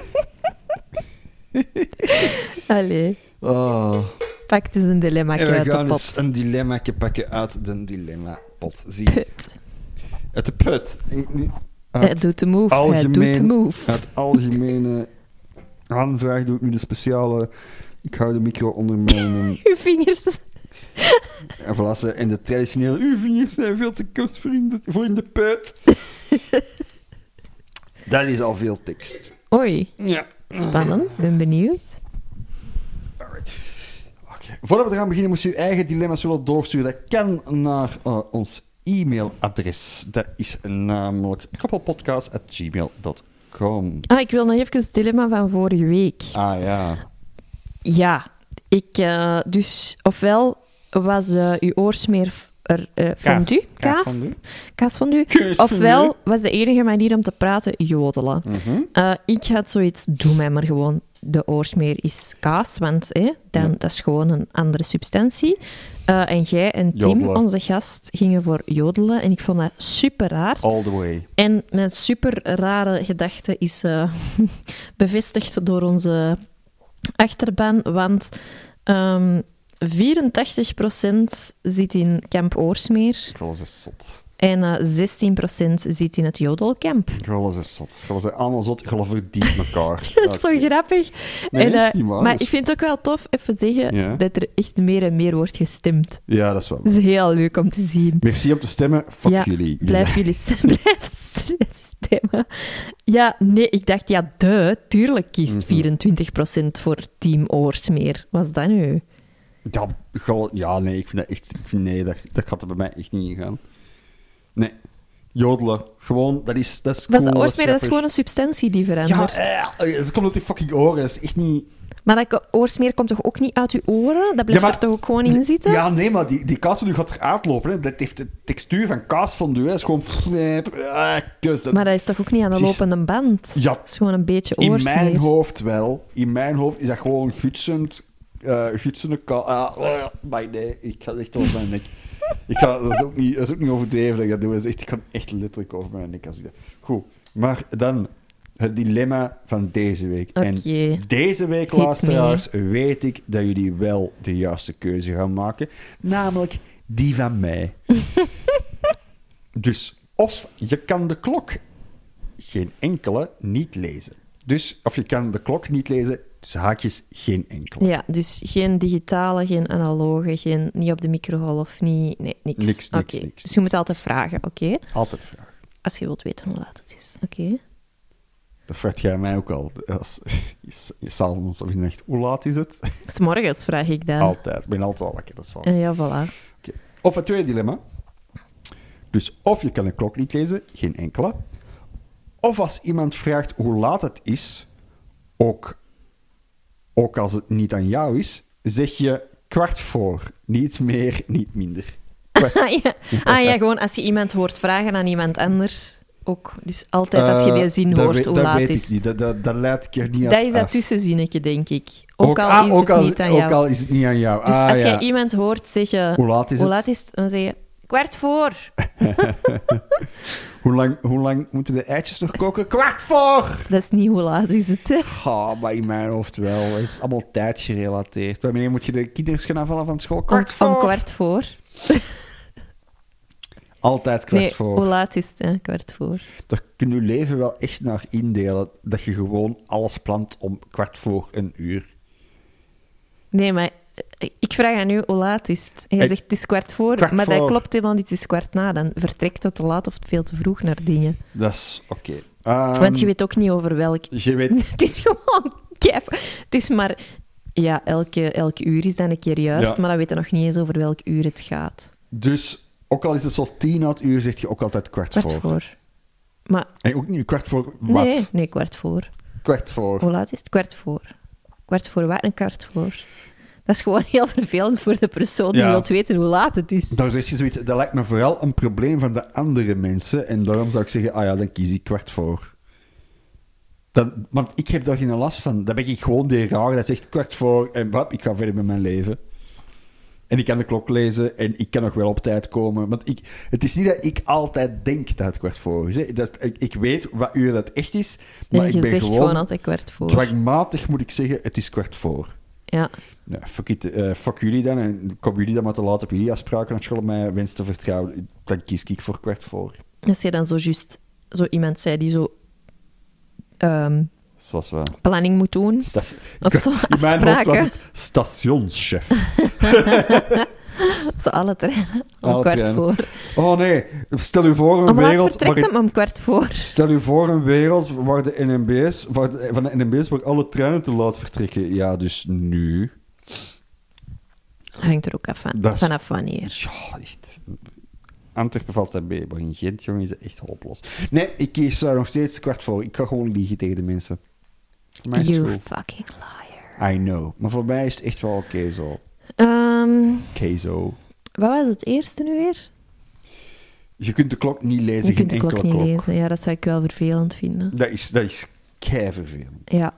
Allee, Oh. pak eens een dilemma En we uit de gaan pot. eens een dilemma pakken uit de dilemma-pot. Zie. Put. Uit de put. Hij Uit, doet de move, hij algemeen- doet de move. uit algemene aanvraag doe ik nu de speciale... Ik hou de micro onder mijn... Uw vingers. En, voilà, ze- en de traditionele... Uw vingers zijn veel te kort voor in de, voor in de put. Dat is al veel tekst. Oei, Ja. spannend. Ben benieuwd. Alright. Oké. Voordat we gaan beginnen, moest u uw eigen dilemma's willen doorsturen. Dat kan naar uh, ons e-mailadres. Dat is namelijk koppelpodcast at gmail dot com. Ah, ik wil nog even het dilemma van vorige week. Ah ja. Ja, ik... eh, dus, ofwel was eh, uw oorsmeer f- er, eh, fondue, kaas, Kaasfondue. kaasfondue, Kaasfondue. ofwel was de enige manier om te praten jodelen. Mhm. Eh, ik had zoiets, doe mij maar gewoon, de oorsmeer is kaas, want hè, dan, Ja. dat is gewoon een andere substantie. Eh, en jij en Tim, Jodelen. onze gast, gingen voor jodelen en ik vond dat super raar. All the way. En mijn super rare gedachte is eh, bevestigd door onze achterban, want ehm vierentachtig procent zit in kamp Oorsmeer Alles is zot. en eh, zestien procent zit in het jodelkamp. Alles is zot. Alles is allemaal zot. Geloof verdient elkaar. Dat is zo grappig. Nee, En, dat eh, is niet waar. maar Dat ik is- vind het ook wel tof, even zeggen, Ja. dat er echt meer en meer wordt gestemd. Ja, dat is wel. Dat is heel leuk om te zien. Merci om te stemmen. Fuck Ja, jullie. Jullie Blijf jullie stemmen. Blijf stemmen. Ja, nee, ik dacht, ja, de, tuurlijk kiest Mhm. vierentwintig procent voor Team Oorsmeer. Wat is dat nu? Ja, gal- ja, nee, ik vind dat echt... Ik vind, nee, dat, dat gaat er bij mij echt niet in gaan. Nee. Jodelen. Gewoon, dat is, dat is Wat cool. is oorsmeer? Dat is grappig. gewoon een substantie die verandert. Ja, eh, het komt uit die fucking oren. Dat is echt niet... Maar dat oorsmeer komt toch ook niet uit je oren? Dat blijft Ja, maar- er toch ook gewoon in zitten? Ja, nee, maar die, die kaasfondue gaat eruit lopen. Hè. Dat heeft de textuur van kaasfondue. Hè. Dat is gewoon... Ah, kus, dat- Maar dat is toch ook niet aan de Precies. lopende band? Ja, Dat is gewoon een beetje in oorsmeer. mijn hoofd wel. In mijn hoofd is dat gewoon gutsend... Uh, gutsende kaas... Ah, uh, maar nee, ik ga echt over mijn nek. Ik ga, dat, is ook niet, dat is ook niet overdreven dat ik dat doe. Dat is echt, ik ga echt letterlijk over mijn nek. Als ik dat... Goed, maar dan het dilemma van deze week. Oké. En deze week, Hit luisteraars, weet ik dat jullie wel de juiste keuze gaan maken. Namelijk die van mij. Dus of je kan de klok geen enkele niet lezen. Dus, of je kan de klok niet lezen, dus haakjes geen enkele. Ja, dus geen digitale, geen analoge, geen, niet op de microgolf, niet... Nee, niks. Niks, niks, Oké. niks, Dus je moet altijd vragen, oké? Altijd vragen. Als je wilt weten hoe laat het is, oké? Dat vraagt jij mij ook al. Als je, je s'avonds of in de nacht, hoe laat is het? 'S morgens vraag ik dat. Altijd. Ik ben altijd wel wakker, dat is waar. En ja, voilà. Of het tweede dilemma. Dus of je kan de klok niet lezen, geen enkele. Of als iemand vraagt hoe laat het is, ook, ook als het niet aan jou is, zeg je kwart voor. Niet meer, niet minder. Ah ja. ah ja, gewoon als je iemand hoort vragen aan iemand anders, ook. Dus altijd als je die zin Uh, dat hoort, weet- hoe dat laat weet is ik niet. Dat, dat, dat leid ik er niet Dat uit is dat af. tussenzinnetje, denk ik. Ook, al ah, is ook het al- niet aan Ook jou. al is het niet aan jou. Dus ah, als ja. je iemand hoort zeggen... Hoe laat is hoe het? laat is het? Dan zeg je... Kwart voor. Hoe lang, hoe lang moeten de eitjes nog koken? Kwart voor! Dat is niet hoe laat is het, hè. Oh, maar in mijn hoofd wel. Het is allemaal tijdgerelateerd. Bij wanneer moet je de kinderen gaan afvallen van school? Kwart Om, voor! om kwart voor. Altijd kwart Nee, voor. hoe laat is het? Hè? Kwart voor. Daar kun je leven wel echt naar indelen. Dat je gewoon alles plant om kwart voor een uur. Nee, maar ik vraag aan u, hoe laat is het? En je Ik- zegt, het is kwart voor, kwart maar dat voor. klopt helemaal niet, het is kwart na. Dan vertrekt dat te laat of veel te vroeg naar dingen. Dat is oké. Ehm, Want je weet ook niet over welk... je weet... Het is gewoon... Kijk, het is maar... Ja, elke, elke uur is dan een keer juist, Ja. maar dan weet je nog niet eens over welk uur het gaat. Dus, ook al is het zo tien uit uur, zeg je ook altijd kwart, Kwart voor. voor. Maar En ook niet kwart voor wat? nee, nee, kwart voor. Kwart voor. Hoe laat is het? Kwart voor. Kwart voor wat? Een kwart voor. Dat is gewoon heel vervelend voor de persoon die Ja. wil weten hoe laat het is. Dan zeg je zoiets, dat lijkt me vooral een probleem van de andere mensen. En daarom zou ik zeggen, ah ja, dan kies ik kwart voor. Dan, want ik heb daar geen last van. Dan ben ik gewoon die rare dat zegt kwart voor en wat, ik ga verder met mijn leven. En ik kan de klok lezen en ik kan nog wel op tijd komen. Want ik, het is niet dat ik altijd denk dat het kwart voor is. Hè. Dat is ik, ik weet wat uur dat echt is, maar Nee, ik je ben zegt gewoon... gewoon altijd kwart voor. dwangmatig moet ik zeggen, het is kwart voor. Ja. Nou, fuck, it, eh, fuck jullie dan. En komen jullie dan maar te laat op jullie afspraken naar school mij wens te vertrouwen. Dan kies ik voor kwart voor. Als je dan zo juist zo iemand zei die zo ehm, Zoals we... planning moet doen, Stas- of zo In mijn hoofd was afspraken, het stationschef. zo alle treinen om Alle kwart treinen. voor. Oh nee, stel u voor een Om laat wereld... vertrekt waarin- hem om kwart voor. Stel u voor een wereld waar de N M B's... Waar de, van de N M B's waar alle treinen te laat vertrekken. Ja, dus nu... Hangt er ook af van, Dat is- vanaf wanneer. Ja, echt... Antwerpen valt dat mee, maar in Gent, jongen, is het echt hopeloos. Nee, ik kies daar nog steeds kwart voor. Ik ga gewoon liegen tegen de mensen. Voor mij is het You goed. fucking liar. I know. Maar voor mij is het echt wel oké zo. Ehm, Oké zo. wat was het eerste nu weer? Je kunt de klok niet lezen, Je kunt de geen klok enkele niet klok. lezen. Ja, dat zou ik wel vervelend vinden. Dat is, dat is keivervelend. Ja.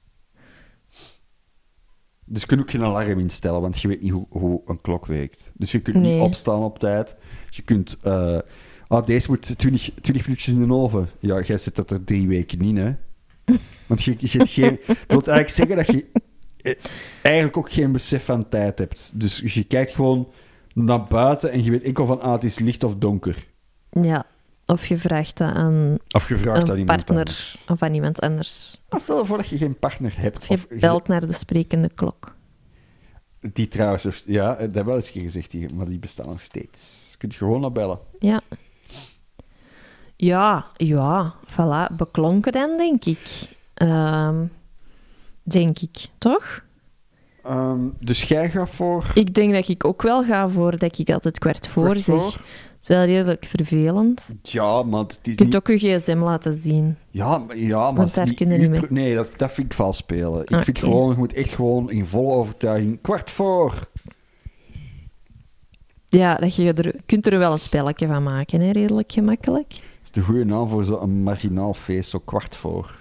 Dus je kunt ook geen alarm instellen, want je weet niet hoe, hoe een klok werkt. Dus je kunt Nee. niet opstaan op tijd. Je kunt... eh, ah, deze moet twintig, twintig minuutjes in de oven. Ja, jij zit dat er drie weken in, hè. Want je, je hebt geen... Dat wil eigenlijk zeggen dat je eh, eigenlijk ook geen besef van tijd hebt. Dus je kijkt gewoon naar buiten en je weet enkel van, ah, het is licht of donker. Ja. Of je vraagt dat aan Of je vraagt aan een iemand partner anders. of aan iemand anders. Ah, stel je voor dat je geen partner hebt. Of je of belt naar de sprekende klok. Die trouwens, nog- ja, dat heb wel eens gezegd, die- maar die bestaan nog steeds. Je kunt gewoon naar bellen. Ja. Ja, ja. Voilà. Beklonken dan, denk ik. Ehm, denk ik. Toch? Um, dus jij gaat voor... Ik denk dat ik ook wel ga voor dat ik altijd kwart voor Kwart zeg. voor? Het is wel redelijk vervelend. Ja, maar het is Je kunt niet... ook je gsm laten zien. Ja, maar, ja, maar Want het is daar niet kun je uw niet mee. pro- Nee, dat, dat vind ik vals spelen. Ik Oké. vind gewoon, je moet echt gewoon in volle overtuiging... Kwart voor! Ja, dat je er, je kunt er wel een spelletje van maken, hè? Redelijk gemakkelijk. Dat is de goede naam voor zo'n marginaal feest, zo kwart voor.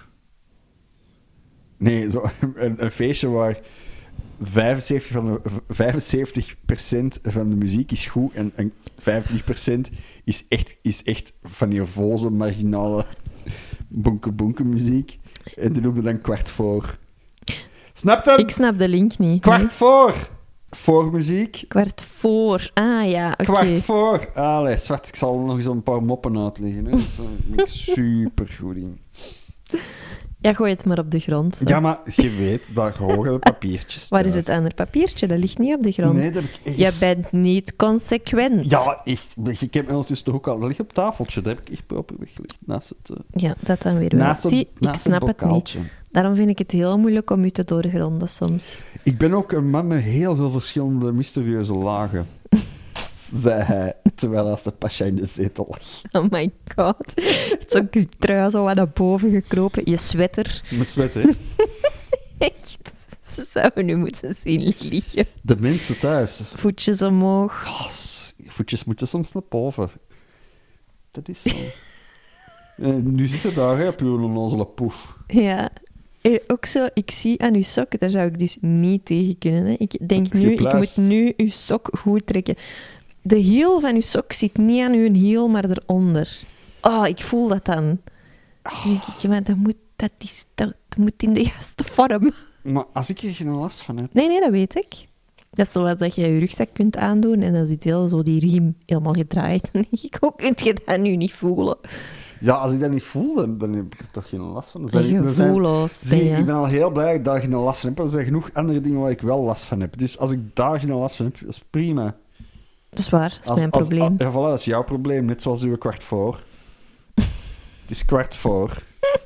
Nee, zo een, een feestje waar vijfenzeventig van de, vijfenzeventig procent van de muziek is goed en, en vijfentwintig procent is echt, is echt van die voze, marginale bonke-bonke muziek. En die noemde dan kwart voor. Snap je? Ik snap de link niet. Kwart Nee. voor! Voor muziek. Kwart voor. Ah ja, oké. Kwart voor. Allee, zwart, ik zal nog eens een paar moppen uitleggen. Hè. Daar ben ik super goed in. Ja, gooi het maar op de grond. Ja, maar je weet, daar horen de papiertjes Waar is thuis. het andere papiertje? Dat ligt niet op de grond. Nee, dat heb ik echt... Je bent niet consequent. Ja, echt. Ik heb ondertussen toch ook al... Dat ligt op tafeltje. Dat heb ik echt proper weggelegd. Naast het... uh, Ja, dat dan weer wel. naast het, Zie, ik naast snap het niet. bokaaltje. Daarom vind ik het heel moeilijk om u te doorgronden soms. Ik ben ook een man met heel veel verschillende mysterieuze lagen. Zei hij, terwijl hij zijn pasja in de zetel lag. Oh my god. Het is ook je trui zo wat naar boven gekropen. Je sweater. Met zwet, hè. Echt. Ze zouden nu moeten zien liggen. De mensen thuis. Voetjes omhoog. Gas, voetjes moeten soms naar boven. Dat is zo. Eh, nu zitten daar, hè, op uw onnozele poef. Ja. Eh, Ook zo, ik zie aan uw sok, daar zou ik dus niet tegen kunnen. Hè. Ik denk nu, ik Gepluist. moet nu uw sok goed trekken. De hiel van uw sok zit niet aan uw hiel, maar eronder. Oh, ik voel dat dan. Dan denk ik, maar dat moet, dat, is, dat, dat moet in de juiste vorm. Maar als ik er geen last van heb... Nee, nee, dat weet ik. Dat is zoals dat je je rugzak kunt aandoen en dan zit heel zo die riem helemaal gedraaid. Dan denk ik, hoe kun je dat nu niet voelen? Ja, als ik dat niet voel, dan, dan heb ik er toch geen last van. Er zijn- er zijn- Gevoelloos ben Zie, je. ik ben al heel blij dat ik daar geen last van heb. Er zijn genoeg andere dingen waar ik wel last van heb. Dus als ik daar geen last van heb, dat is prima. Dat is waar, dat is Als- mijn als- probleem. ja, voilà, dat is jouw probleem, net zoals uw kwart voor. Het is kwart voor.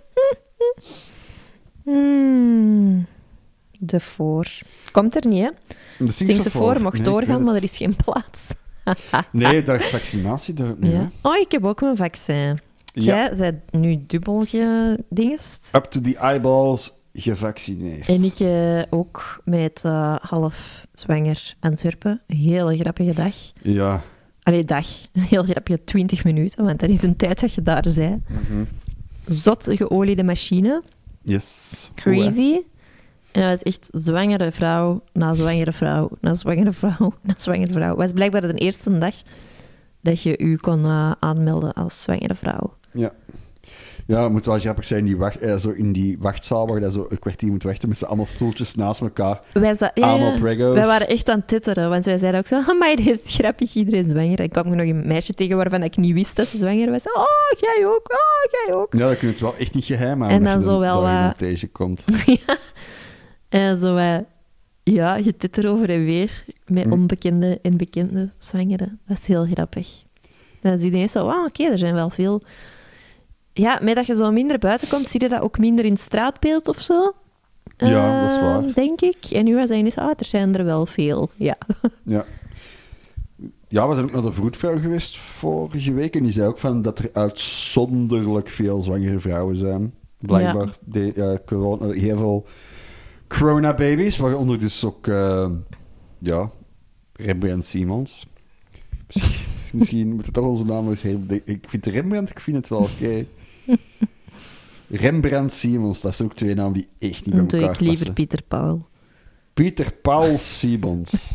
Hmm. De voor. Komt er niet, hè? De Singse voor mocht Nee, ik doorgaan, weet maar er het. is geen plaats. Nee, dat is vaccinatie doet het nu. Ja. Oh, ik heb ook mijn vaccin. hè. Jij bent nu dubbel gedingest. Up to the eyeballs gevaccineerd. En ik eh, ook met eh, half zwanger Antwerpen. Een hele grappige dag. Ja. Allee, dag. Een heel grappige twintig minuten, want dat is een tijd dat je daar bent. Mhm. Zot geoliede machine. Yes. Crazy. En dat was echt zwangere vrouw na zwangere vrouw na zwangere vrouw na zwangere vrouw. Het was blijkbaar de eerste dag dat je u kon eh, aanmelden als zwangere vrouw. Ja. Ja, het moet wel grappig zijn, die wacht, eh, zo in die wachtzaal waar je zo een kwartier moet wachten met z'n allemaal stoeltjes naast elkaar. Wij, za- ja, Allemaal ja. preggo's. Wij waren echt aan het titteren, want wij zeiden ook zo, oh, maar dit is grappig, iedereen zwanger. En ik kwam nog een meisje tegen waarvan ik niet wist dat ze zwanger was. Oh, jij ook, oh, jij ook. Ja, dat kun je het wel echt niet geheim houden. En dan als je zo wel daar wat- iemand tegenkomt. Ja. En zo, eh, ja, je titter over en weer met Hm. onbekende en bekende zwangeren. Dat is heel grappig. Dan zie je ineens zo, ah, oké, er zijn wel veel... Ja, met dat je zo minder buiten komt, zie je dat ook minder in het straatbeeld of zo. Ja, dat is Eh, waar. Denk ik. En nu was hij ineens, ah, er zijn er wel veel. Ja. Ja. Ja, we zijn ook naar de vroedvrouw geweest vorige week. En die zei ook van dat er uitzonderlijk veel zwangere vrouwen zijn. Blijkbaar de, eh, corona, heel veel corona-babies, waaronder dus ook uh, ja, Rembrandt Simons. Misschien, misschien moeten we toch onze naam eens heel... Ik vind Rembrandt, ik vind het wel oké. Rembrandt Simons, dat zijn ook twee namen die echt niet bij Dan doe elkaar ik liever passen. Pieter Paul. Pieter Paul Simons.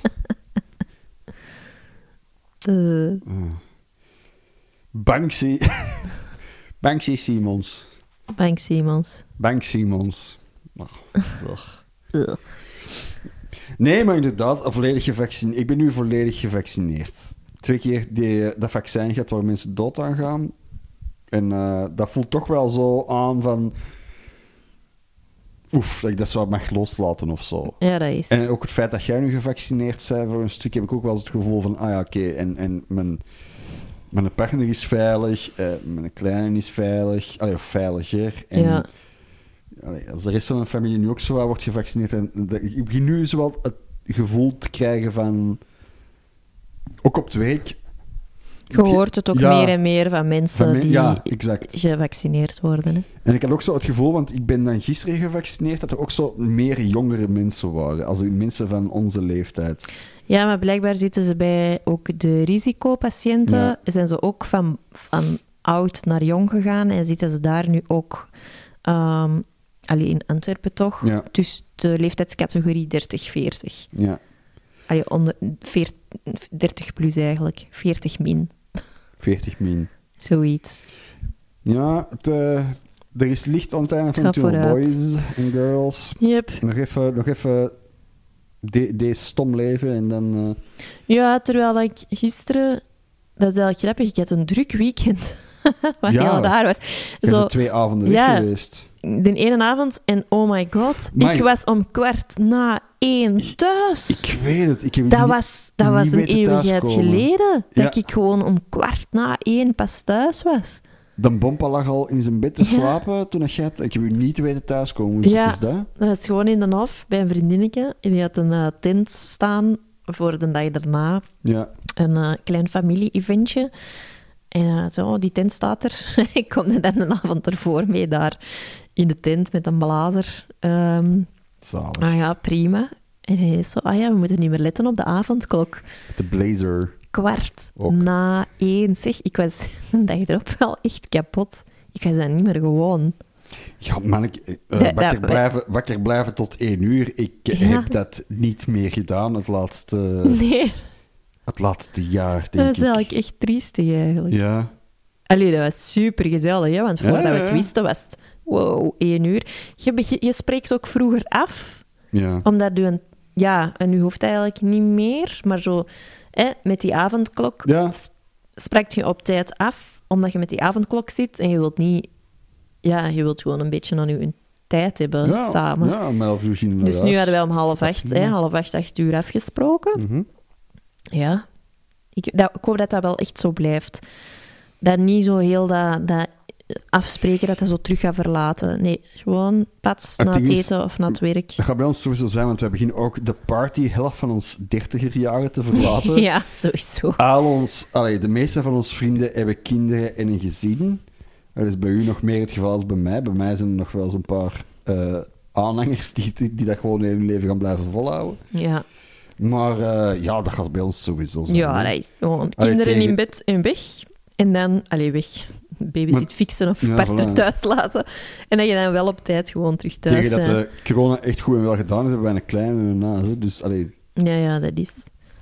Eh, Banksy. Banksy Simons. Bank Simons. Bank Simons. Oh, ugh. Ugh. Nee, maar inderdaad, volledig gevaccineerd. Ik ben nu volledig gevaccineerd. Twee keer die, dat vaccin gehad waar mensen dood aan gaan. En uh, dat voelt toch wel zo aan van... Oef, dat ik dat zo mag loslaten of zo. Ja, dat is. En ook het feit dat jij nu gevaccineerd bent, voor een stuk heb ik ook wel eens het gevoel van... Ah ja, oké, okay, en, en mijn, mijn partner is veilig, uh, mijn kleine is veilig, allee, of veiliger. En Ja. allee, als de rest van mijn familie nu ook zo wordt gevaccineerd, en dat, ik begin nu zo wel het gevoel te krijgen van... Ook op het werk... Je hoort het ook ja, meer en meer van mensen van me- die ja, exact. gevaccineerd worden. Hè. En ik had ook zo het gevoel, want ik ben dan gisteren gevaccineerd, dat er ook zo meer jongere mensen waren. Als in mensen van onze leeftijd. Ja, maar blijkbaar zitten ze bij ook de risicopatiënten. Ja. Zijn ze ook van, van oud naar jong gegaan en zitten ze daar nu ook... Um, allee, in Antwerpen toch? Ja. Dus de leeftijdscategorie dertig veertig. Ja, Allee, onder, veert, dertig plus eigenlijk. veertig min. veertig min. Zoiets. Ja, het, uh, er is licht aan het einde van Het de gaat tunnel, vooruit. boys en girls. Yep. Nog even, nog even de, deze stom leven en dan... Uh... Ja, terwijl ik gisteren... Dat is eigenlijk grappig. Ik had een druk weekend. Wat Ja. heel raar was. Je Zo, bent twee avonden weg ja. geweest. de ene avond en oh my god, Amai. ik was om kwart na één thuis. Ik weet het. Ik heb dat niet- was, dat niet was een weten eeuwigheid thuiskomen. geleden. Ja. Dat ik gewoon om kwart na één pas thuis was. De Bompa lag al in zijn bed te Ja. slapen toen hij het... Ik heb u niet weten thuiskomen. Hoe Ja. is dat? Dat was gewoon in de hof bij een vriendinnetje. En die had een eh, tent staan voor de dag daarna. Ja. Een eh, klein familie-eventje. En eh, zo, die tent staat er. Ik kom er dan een avond ervoor mee daar in de tent met een blazer. Ehm, Zalig. ah ja, prima. En hij is zo, ah ja, we moeten niet meer letten op de avondklok. De Blazer. Kwart Ook. na één. Zeg, ik was de dag erop wel echt kapot. Ik was dat niet meer gewoon. Ja, man, ik, eh, Dat- wakker, dat- blijven, wakker blijven tot één uur. Ik eh, Ja. heb dat niet meer gedaan het laatste, Nee, het laatste jaar, dat denk is ik. eigenlijk echt triestig eigenlijk. Ja. Allee, dat was super gezellig, hè? Want voordat Ja, we het ja. wisten was het, wow, één uur. Je, beg- je spreekt ook vroeger af, Ja. omdat je een... Ja, en nu hoeft eigenlijk niet meer, maar zo hè, met die avondklok Ja. s- spreekt je op tijd af, omdat je met die avondklok zit en je wilt niet... Ja, je wilt gewoon een beetje aan je tijd hebben Ja, samen. Ja, om elf uur gingen we Dus naar nu huis. hadden wij om half acht, hè, half acht, acht uur afgesproken. Mhm. Ja, ik, dat, ik hoop dat dat wel echt zo blijft. Dat niet zo heel dat, dat afspreken dat hij zo terug gaat verlaten. Nee, gewoon pats Het na het ding is- eten of na het werk. Dat gaat bij ons sowieso zijn, want we beginnen ook de partyhelft van ons dertiger jaren te verlaten. Ja, sowieso. Al ons, allee, de meeste van onze vrienden hebben kinderen en een gezin. Dat is bij u nog meer het geval als bij mij. Bij mij zijn er nog wel zo'n paar eh, aanhangers die, die, die dat gewoon in hun leven gaan blijven volhouden. Ja, Maar eh, ja, dat gaat bij ons sowieso zijn. ja hè. dat is gewoon Allee, kinderen tegen- in bed en weg. En dan, allee, weg. Babysit Maar- fixen of Ja, partner voilà. thuis laten. En dat je dan wel op tijd gewoon terug thuis Tegen dat bent. de corona echt goed en wel gedaan is, hebben wij een kleine en een naast. hè. Dus allee, Ja, ja, dat is...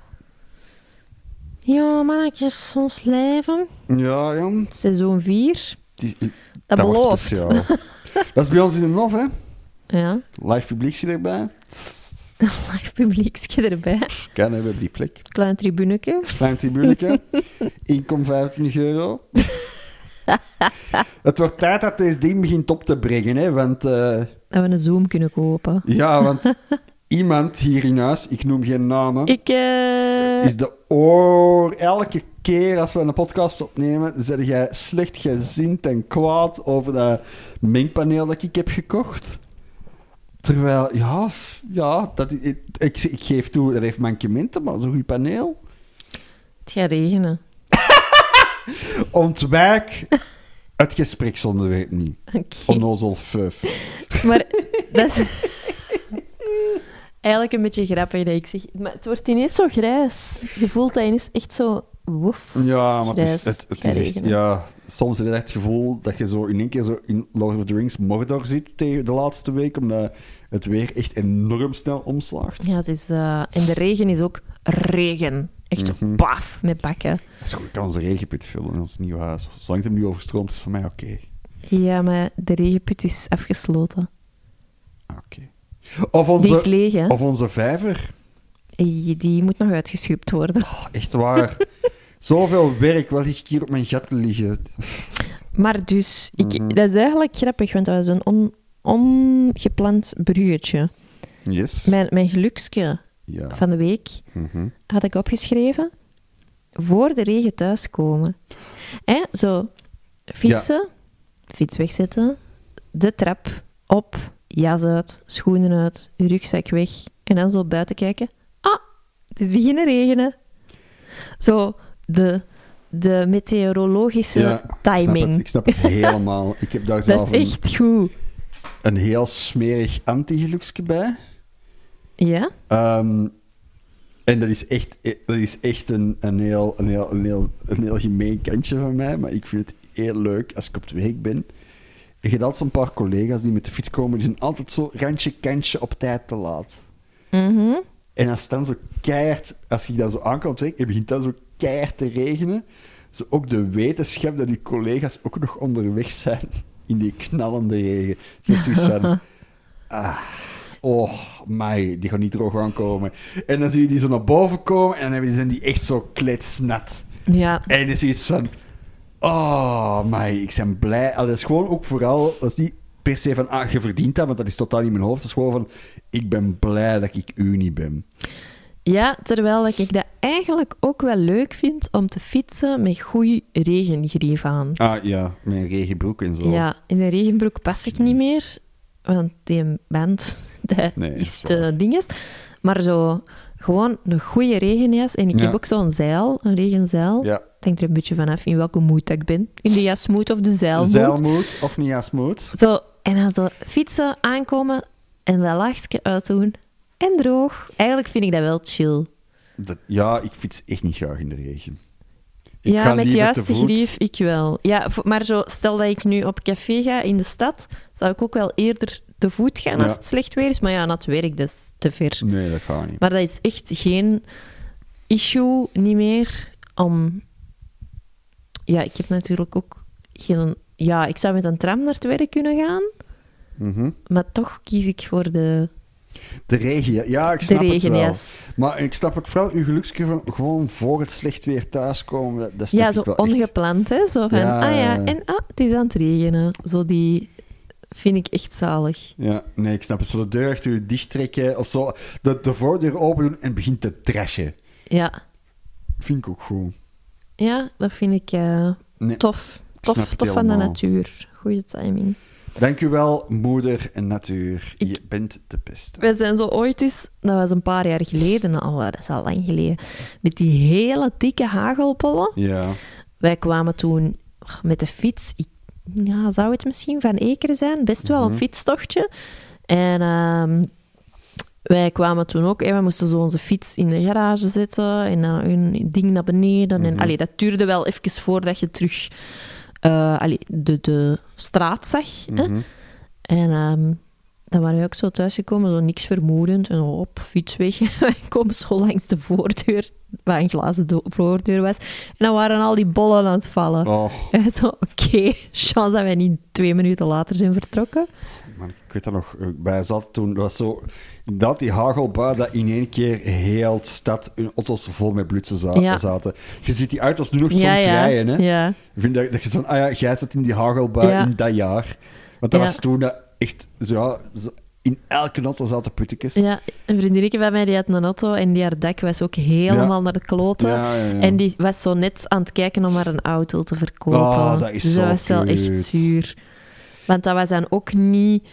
Ja, mannetjes, ons leven. ja, ja. Seizoen vier. Die, Dat, wordt belooft. speciaal. Dat is bij ons in de Nof, hè. Ja, Live publiekje erbij. live publieksje erbij. Kan hebben op die plek. Klein tribuneke. Klein tribuneke. Inkom vijfentwintig euro. Het wordt tijd dat deze ding begint op te brengen, hè. Want, eh, Dat we een Zoom kunnen kopen. ja, want iemand hier in huis, ik noem geen namen, Ik, eh... is de oor... Elke keer als we een podcast opnemen, zeg jij slecht gezind en kwaad over dat mengpaneel dat ik heb gekocht. Terwijl, ja, f- ja dat, ik, ik, ik geef toe, dat heeft mankementen, maar zo'n goed paneel. Het gaat regenen. Ontwijk het gespreksonderwerp niet. Oké. Onnozel fuf. Maar dat is... Eigenlijk een beetje grappig dat ik zeg... Maar het wordt ineens zo grijs. Je voelt dat ineens echt zo... Woef. Ja, maar het is, Grijs, het, het gaat is echt... regenen. Ja, soms heb je echt het gevoel dat je zo in één keer zo in Lord of the Rings Mordor zit tegen de laatste week, omdat het weer echt enorm snel omslaagt. Ja, het is... eh, En de regen is ook regen. Echt Mhm. paf, met bakken. Dat is goed, ik kan onze regenput vullen in ons nieuwe huis. Zolang het hem niet overstroomt, is het voor mij oké. Ja, maar de regenput is afgesloten. Ah, oké. Of Die is onze, leeg, hè? of onze vijver. Die die moet nog uitgeschupt worden. Oh, echt waar. Zoveel werk, wat lig ik hier op mijn gat te liggen. Maar dus, ik, Mhm. dat is eigenlijk grappig, want dat was een on, ongepland bruggetje. Yes. Mijn, mijn geluksje Ja. van de week Mhm. had ik opgeschreven voor de regen thuiskomen. Hè? Zo, fietsen, fiets wegzetten, de trap op, jas uit, schoenen uit, rugzak weg. En dan zo buiten kijken. Ah, het is beginnen regenen. Zo, de, de meteorologische Ja, timing. Ik snap het, ik snap het helemaal. Ik heb daar Dat zelf is echt goed. een, een heel smerig anti-geluksje bij. Ja? Um, en dat is echt, dat is echt een, een, heel, een, heel, een, heel, een heel gemeen kantje van mij, maar ik vind het heel leuk als ik op de weg ben. Je hebt altijd zo'n paar collega's die met de fiets komen, die zijn altijd zo randje kantje op tijd te laat. Mhm. En als het dan zo keihard, als je dan zo aankomt op de weg, en begint dan zo keihard te regenen, zo ook de wetenschap dat die collega's ook nog onderweg zijn in die knallende regen. Dus zoiets van, ah, oh, my, die gaan niet droog aankomen. En dan zie je die zo naar boven komen en dan zijn die echt zo kletsnat. Ja. En dan is iets van, oh, my, ik ben blij. Allee, dat is gewoon ook vooral, dat is niet per se van, ah, je verdient dat, want dat is totaal niet in mijn hoofd. Dat is gewoon van, ik ben blij dat ik u niet ben. Ja, terwijl ik dat eigenlijk ook wel leuk vind om te fietsen met goede regengrief aan. Ah, ja, met een regenbroek en zo. Ja, in een regenbroek pas ik niet meer, want die band, dat Nee, is dat is waar. te dinges. Maar zo, gewoon een goede regenjas. En ik Ja. heb ook zo'n zeil, een regenzeil. Ja. Het hangt er een beetje vanaf in welke moed ik ben. In de jasmoed of de zeilmoed. Zeilmoed of niet jasmoed. Zo, en dan zo fietsen, aankomen en dat lachje uitdoen. En droog. Eigenlijk vind ik dat wel chill. Dat, ja, ik fiets echt niet graag in de regen. Ik Ja, ga met de liever juiste te voet. grief, ik wel. Ja, v- maar zo, stel dat ik nu op café ga in de stad, zou ik ook wel eerder te voet gaan als Ja. het slecht weer is. Maar ja, na het werk, dat is te ver. Nee, dat gaat niet. Maar dat is echt geen issue, niet meer, om... Ja, ik heb natuurlijk ook geen... Ja, ik zou met een tram naar het werk kunnen gaan, Mhm. maar toch kies ik voor de, De regen, ja. ja, ik de snap het wel. regenjas. Maar ik snap ook vooral uw geluksje van gewoon voor het slecht weer thuiskomen. Dat, dat snap Ja, ik zo wel echt. ongepland, hè. Zo van, Ja, ah ja, ja, ja. en ah, het is aan het regenen. Zo die... Vind ik echt zalig. Ja, nee, ik snap het. Zo de deur achter je dicht trekken of zo. De, de voordeur open doen en begint te trashen. Ja, Vind ik ook goed. ja dat vind ik eh, Nee, tof. snap Tof, het tof van de helemaal. natuur. Goeie timing. Dank u wel, moeder en natuur. Ik- Je bent de beste. Wij zijn zo ooit eens, dat was een paar jaar geleden al, dat is al lang geleden, met die hele dikke hagelpollen. Ja. Wij kwamen toen met de fiets, ik, ja, zou het misschien Van Ekeren zijn? Best wel een Mhm. fietstochtje. En ehm, wij kwamen toen ook, en we moesten zo onze fiets in de garage zetten en dan een ding naar beneden. En, Mhm. allee, dat duurde wel even voordat je terug eh, allee, de, de straat zag. Hè? Mhm. En ehm, dan waren we ook zo thuisgekomen, zo niks vermoedend. En zo op, fiets weg. Wij komen zo langs de voordeur, waar een glazen do- voordeur was. En dan waren al die bollen aan het vallen. Oh, En wij zo, oké, chance dat wij niet twee minuten later zijn vertrokken. man, ik weet dat nog. Bij zat toen, dat was zo... Dat die hagelbui, dat in één keer heel de stad hun auto's vol met blutsen za- Ja. zaten. Je ziet die auto's nu nog soms ja, ja. rijden, hè. Ja. Ik vind dat, dat je zo van, ah ja, jij zat in die hagelbui Ja. in dat jaar. Want dat Ja. was toen dat echt, zo, ja, zo, in elke auto zaten puttekes. Ja, een vriendinnetje van mij die had een auto en die haar dak was ook helemaal Ja. naar de kloten. Ja, ja, ja. En die was zo net aan het kijken om maar een auto te verkopen. Oh, dat is dus zo dat was wel cute. echt zuur. Want dat was dan ook niet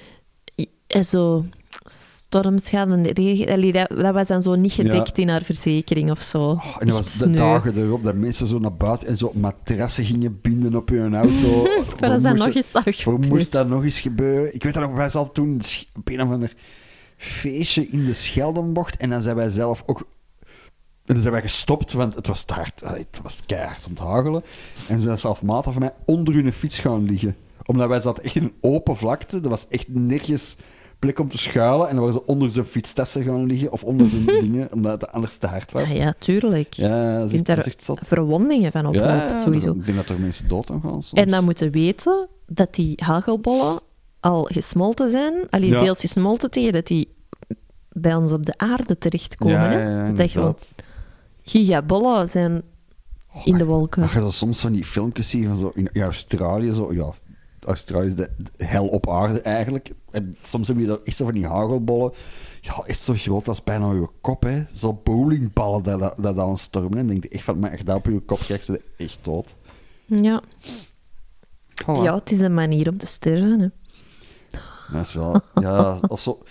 eh, zo stormschade en regen. Allee, dat, dat was dan zo niet gedekt in haar verzekering of zo. Oh, en dat was Echt de sneu. dagen erop dat mensen zo naar buiten en zo matrassen gingen binden op hun auto. Maar dat Voor is dan moest nog het- eens zou Voor gebeuren. moest dat nog eens gebeuren? Ik weet dat nog, wij zaten toen sch- op een of ander feestje in de Scheldenbocht en dan zijn wij zelf ook... En dan zijn wij gestopt, want het was te hard. Allee, het was keihard om te hagelen. En ze zijn zelf maten van mij onder hun fiets gaan liggen. Omdat wij zaten echt in een open vlakte. Er was echt nergens plek om te schuilen. En dan waren ze onder zijn fietstassen gaan liggen of onder zijn dingen, omdat het anders te hard was. Ja, ja, tuurlijk. Ja, dat is Je echt, kunt dat is daar echt zot. verwondingen van oplopen, Ja, sowieso. Ik denk dat er mensen dood aan gaan soms. En dan moeten we weten dat die hagelbollen al gesmolten zijn. Allee, Ja. deels gesmolten tegen dat die bij ons op de aarde terechtkomen. ja, hè. ja, ja, dat gewoon inderdaad. gigabollen zijn Oh, in de wolken. Als je dan soms van die filmpjes ziet van zo in, in Australië, zo, ja, Australië is de, de hel op aarde eigenlijk. En soms heb je dan echt zo van die hagelbollen, ja, echt zo groot als bijna je kop, hè. Zo bowlingballen dat, dat, dat aan stormen. En dan denk je echt van, maar als je dat op je kop krijgt, ze echt dood. Ja. Voilà. ja, het is een manier om te sterven. Hè. Dat is wel... Ja, of zo...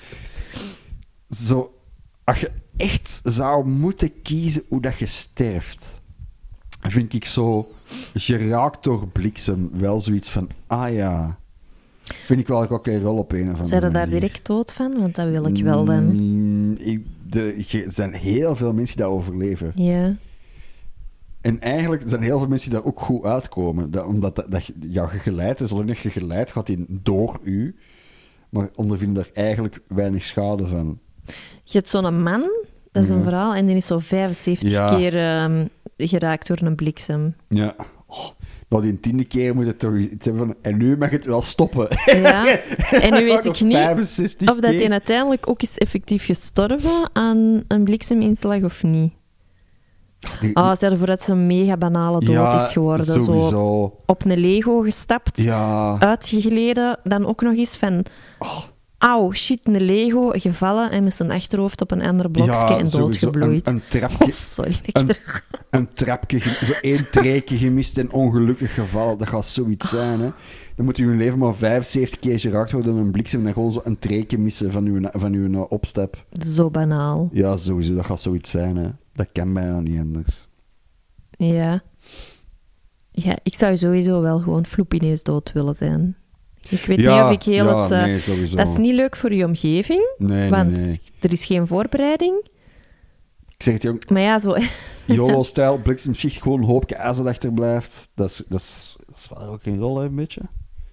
Zo... Als je echt zou moeten kiezen hoe dat je sterft, vind ik zo geraakt door bliksem wel zoiets van... Ah ja... Vind ik wel ook een rol op een of andere Zijn er daar manier. direct dood van? Want dat wil ik wel dan. Mm, ik, de, je- er zijn heel veel mensen die dat overleven. Ja. En eigenlijk zijn heel veel mensen die daar ook goed uitkomen. Dat, omdat dat, dat je- ja, je geleid is, zolang dat je geleid gaat die door u, maar ondervinden er eigenlijk weinig schade van. Je hebt zo'n man, dat is een Ja. verhaal, en die is zo vijfenzeventig Ja. keer ehm, geraakt door een bliksem. Ja. Oh, nou, die tiende keer moet het toch iets hebben van... En nu mag het wel stoppen. Ja. En nu weet Nog ik niet vijfenzestig of dat keer. hij uiteindelijk ook is effectief gestorven aan een blikseminslag of niet. Die- Ah, stel ervoor dat ze een mega banale dood ja, is geworden. Zo sowieso. op een Lego gestapt, Ja. uitgegleden, dan ook nog eens van... Oh. Auw, shit, een Lego, gevallen en met zijn achterhoofd op een ander blokje Ja, en sowieso. doodgebloeid. Een, een trapje... Oh, sorry. dat ik Een, er- een trapje, ge- zo één treekje gemist en ongelukkig gevallen. Dat gaat zoiets zijn, hè. Dan moet je in je leven maar vijfenzeventig keer geraakt worden door een bliksem en dan gewoon zo een treekje missen van je, van uw uh, opstap. Zo banaal. Ja, sowieso, dat gaat zoiets zijn, hè. Dat kan bijna niet anders. Ja. Ja, ik zou sowieso wel gewoon vloep ineens dood willen zijn. Ik weet ja, niet of ik heel ja, het... eh, nee, sowieso. dat is niet leuk voor je omgeving, Nee, nee, want nee. er is geen voorbereiding. Ik zeg het, jong. Maar ja, zo... YOLO-stijl, bliksemschicht, gewoon een hoopje ijzer achterblijft. Dat is, dat is, dat is wel ook een rol, hè, een beetje.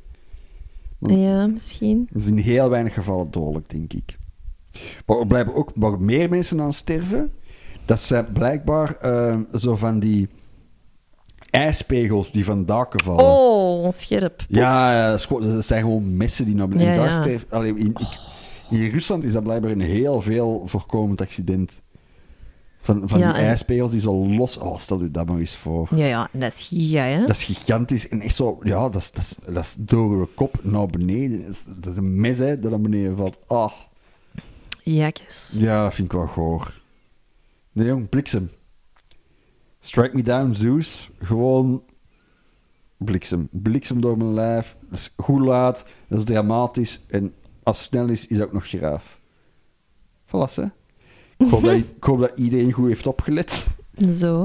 Ja, misschien. Dat is in heel weinig gevallen dodelijk, denk ik. Maar er blijven ook waar meer mensen aan sterven. Dat zijn blijkbaar eh, zo van die ijspegels die van daken vallen. Oh, scherp. Ja, ja, dat, is gewoon- dat zijn gewoon messen die naar beneden. Ja, En daar ja. sterft- allee, in, in Rusland is dat blijkbaar een heel veel voorkomend accident. Van, van Ja, die en- ijspegels die zo los... Oh, stel je dat maar eens voor. Ja, ja, dat is giga, hè? Dat is gigantisch en echt zo... Ja, dat is, dat is, dat is door uw kop naar beneden. Dat is, dat is een mes, hè, dat naar beneden valt. Ah. Jakjes. Ja, dat vind ik wel goor. Nee, jong, bliksem. Strike me down, Zeus. Gewoon bliksem. Bliksem door mijn lijf. Dat is goed laat, dat is dramatisch. En als het snel is, is dat ook nog giraaf. Voilà, hè. Ik hoop, dat, ik hoop dat iedereen goed heeft opgelet. Zo.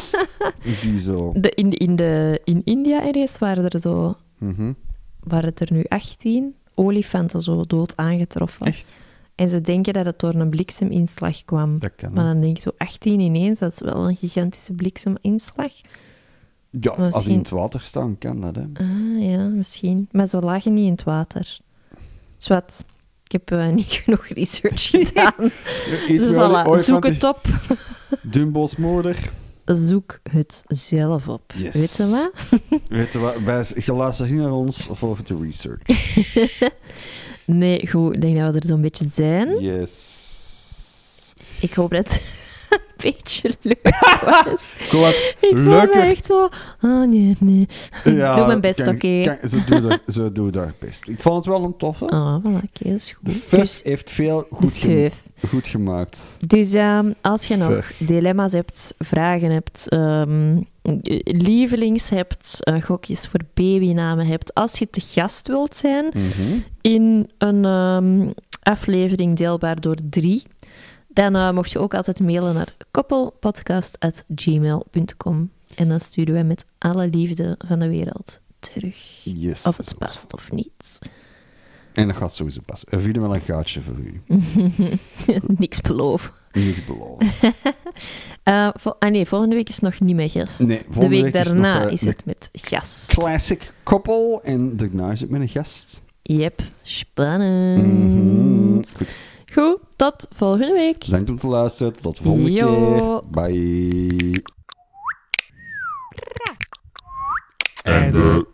Ziezo. De, in, in, de, in India ergens waren er zo... Mhm. waren er nu achttien olifanten zo dood aangetroffen. Echt? En ze denken dat het door een blikseminslag kwam. Dat kan. Maar dan denk ik zo, achttien ineens, dat is wel een gigantische blikseminslag. Ja, als die misschien- in het water staan, kan dat, hè. Ah, ja, misschien. Maar ze lagen niet in het water. Zwat. Ik heb eh, niet genoeg research gedaan. Iets Dus meer voilà, ooit zoek van het op. Dumbo's moeder. Zoek het zelf op. Yes. Weet je wat? Weet je wat, wij, je luistert niet naar ons, volg de research. Nee, goed. Ik denk dat we er zo'n beetje zijn. Yes. Ik hoop dat het een beetje leuk was. Kom wat, Ik voel me leuker. echt zo... Oh, nee, nee. Ja, Doe mijn best, kan- oké. kan- Ze doen haar- ze doen haar best. Ik vond het wel een toffe. Ah, voilà, oké, dat is De goed. Fuf Dus, heeft veel de goed, gem- feuf. goed gemaakt. Dus ehm, als je nog Fuf. dilemma's hebt, vragen hebt, ehm, lievelings hebt, eh, gokjes voor babynamen hebt, als je te gast wilt zijn Mhm. in een ehm, aflevering deelbaar door drie, dan eh, mocht je ook altijd mailen naar koppelpodcast at gmail punt com. En dan sturen wij met alle liefde van de wereld terug. Yes. Of het zo. past of niet. En dat gaat sowieso passen. We vinden wel een gaatje voor u. Niks beloven. Niks beloven. Eh, vol- ah nee, volgende week is nog niet met gast. Nee, de volgende week week is daarna nog, eh, is de- het met gast. Classic couple. En daarna is het met een gast. Yep, spannend. Mhm. Goed. Goed, tot volgende week. Bedankt om te luisteren. Tot de volgende Yo. keer. Bye. Einde.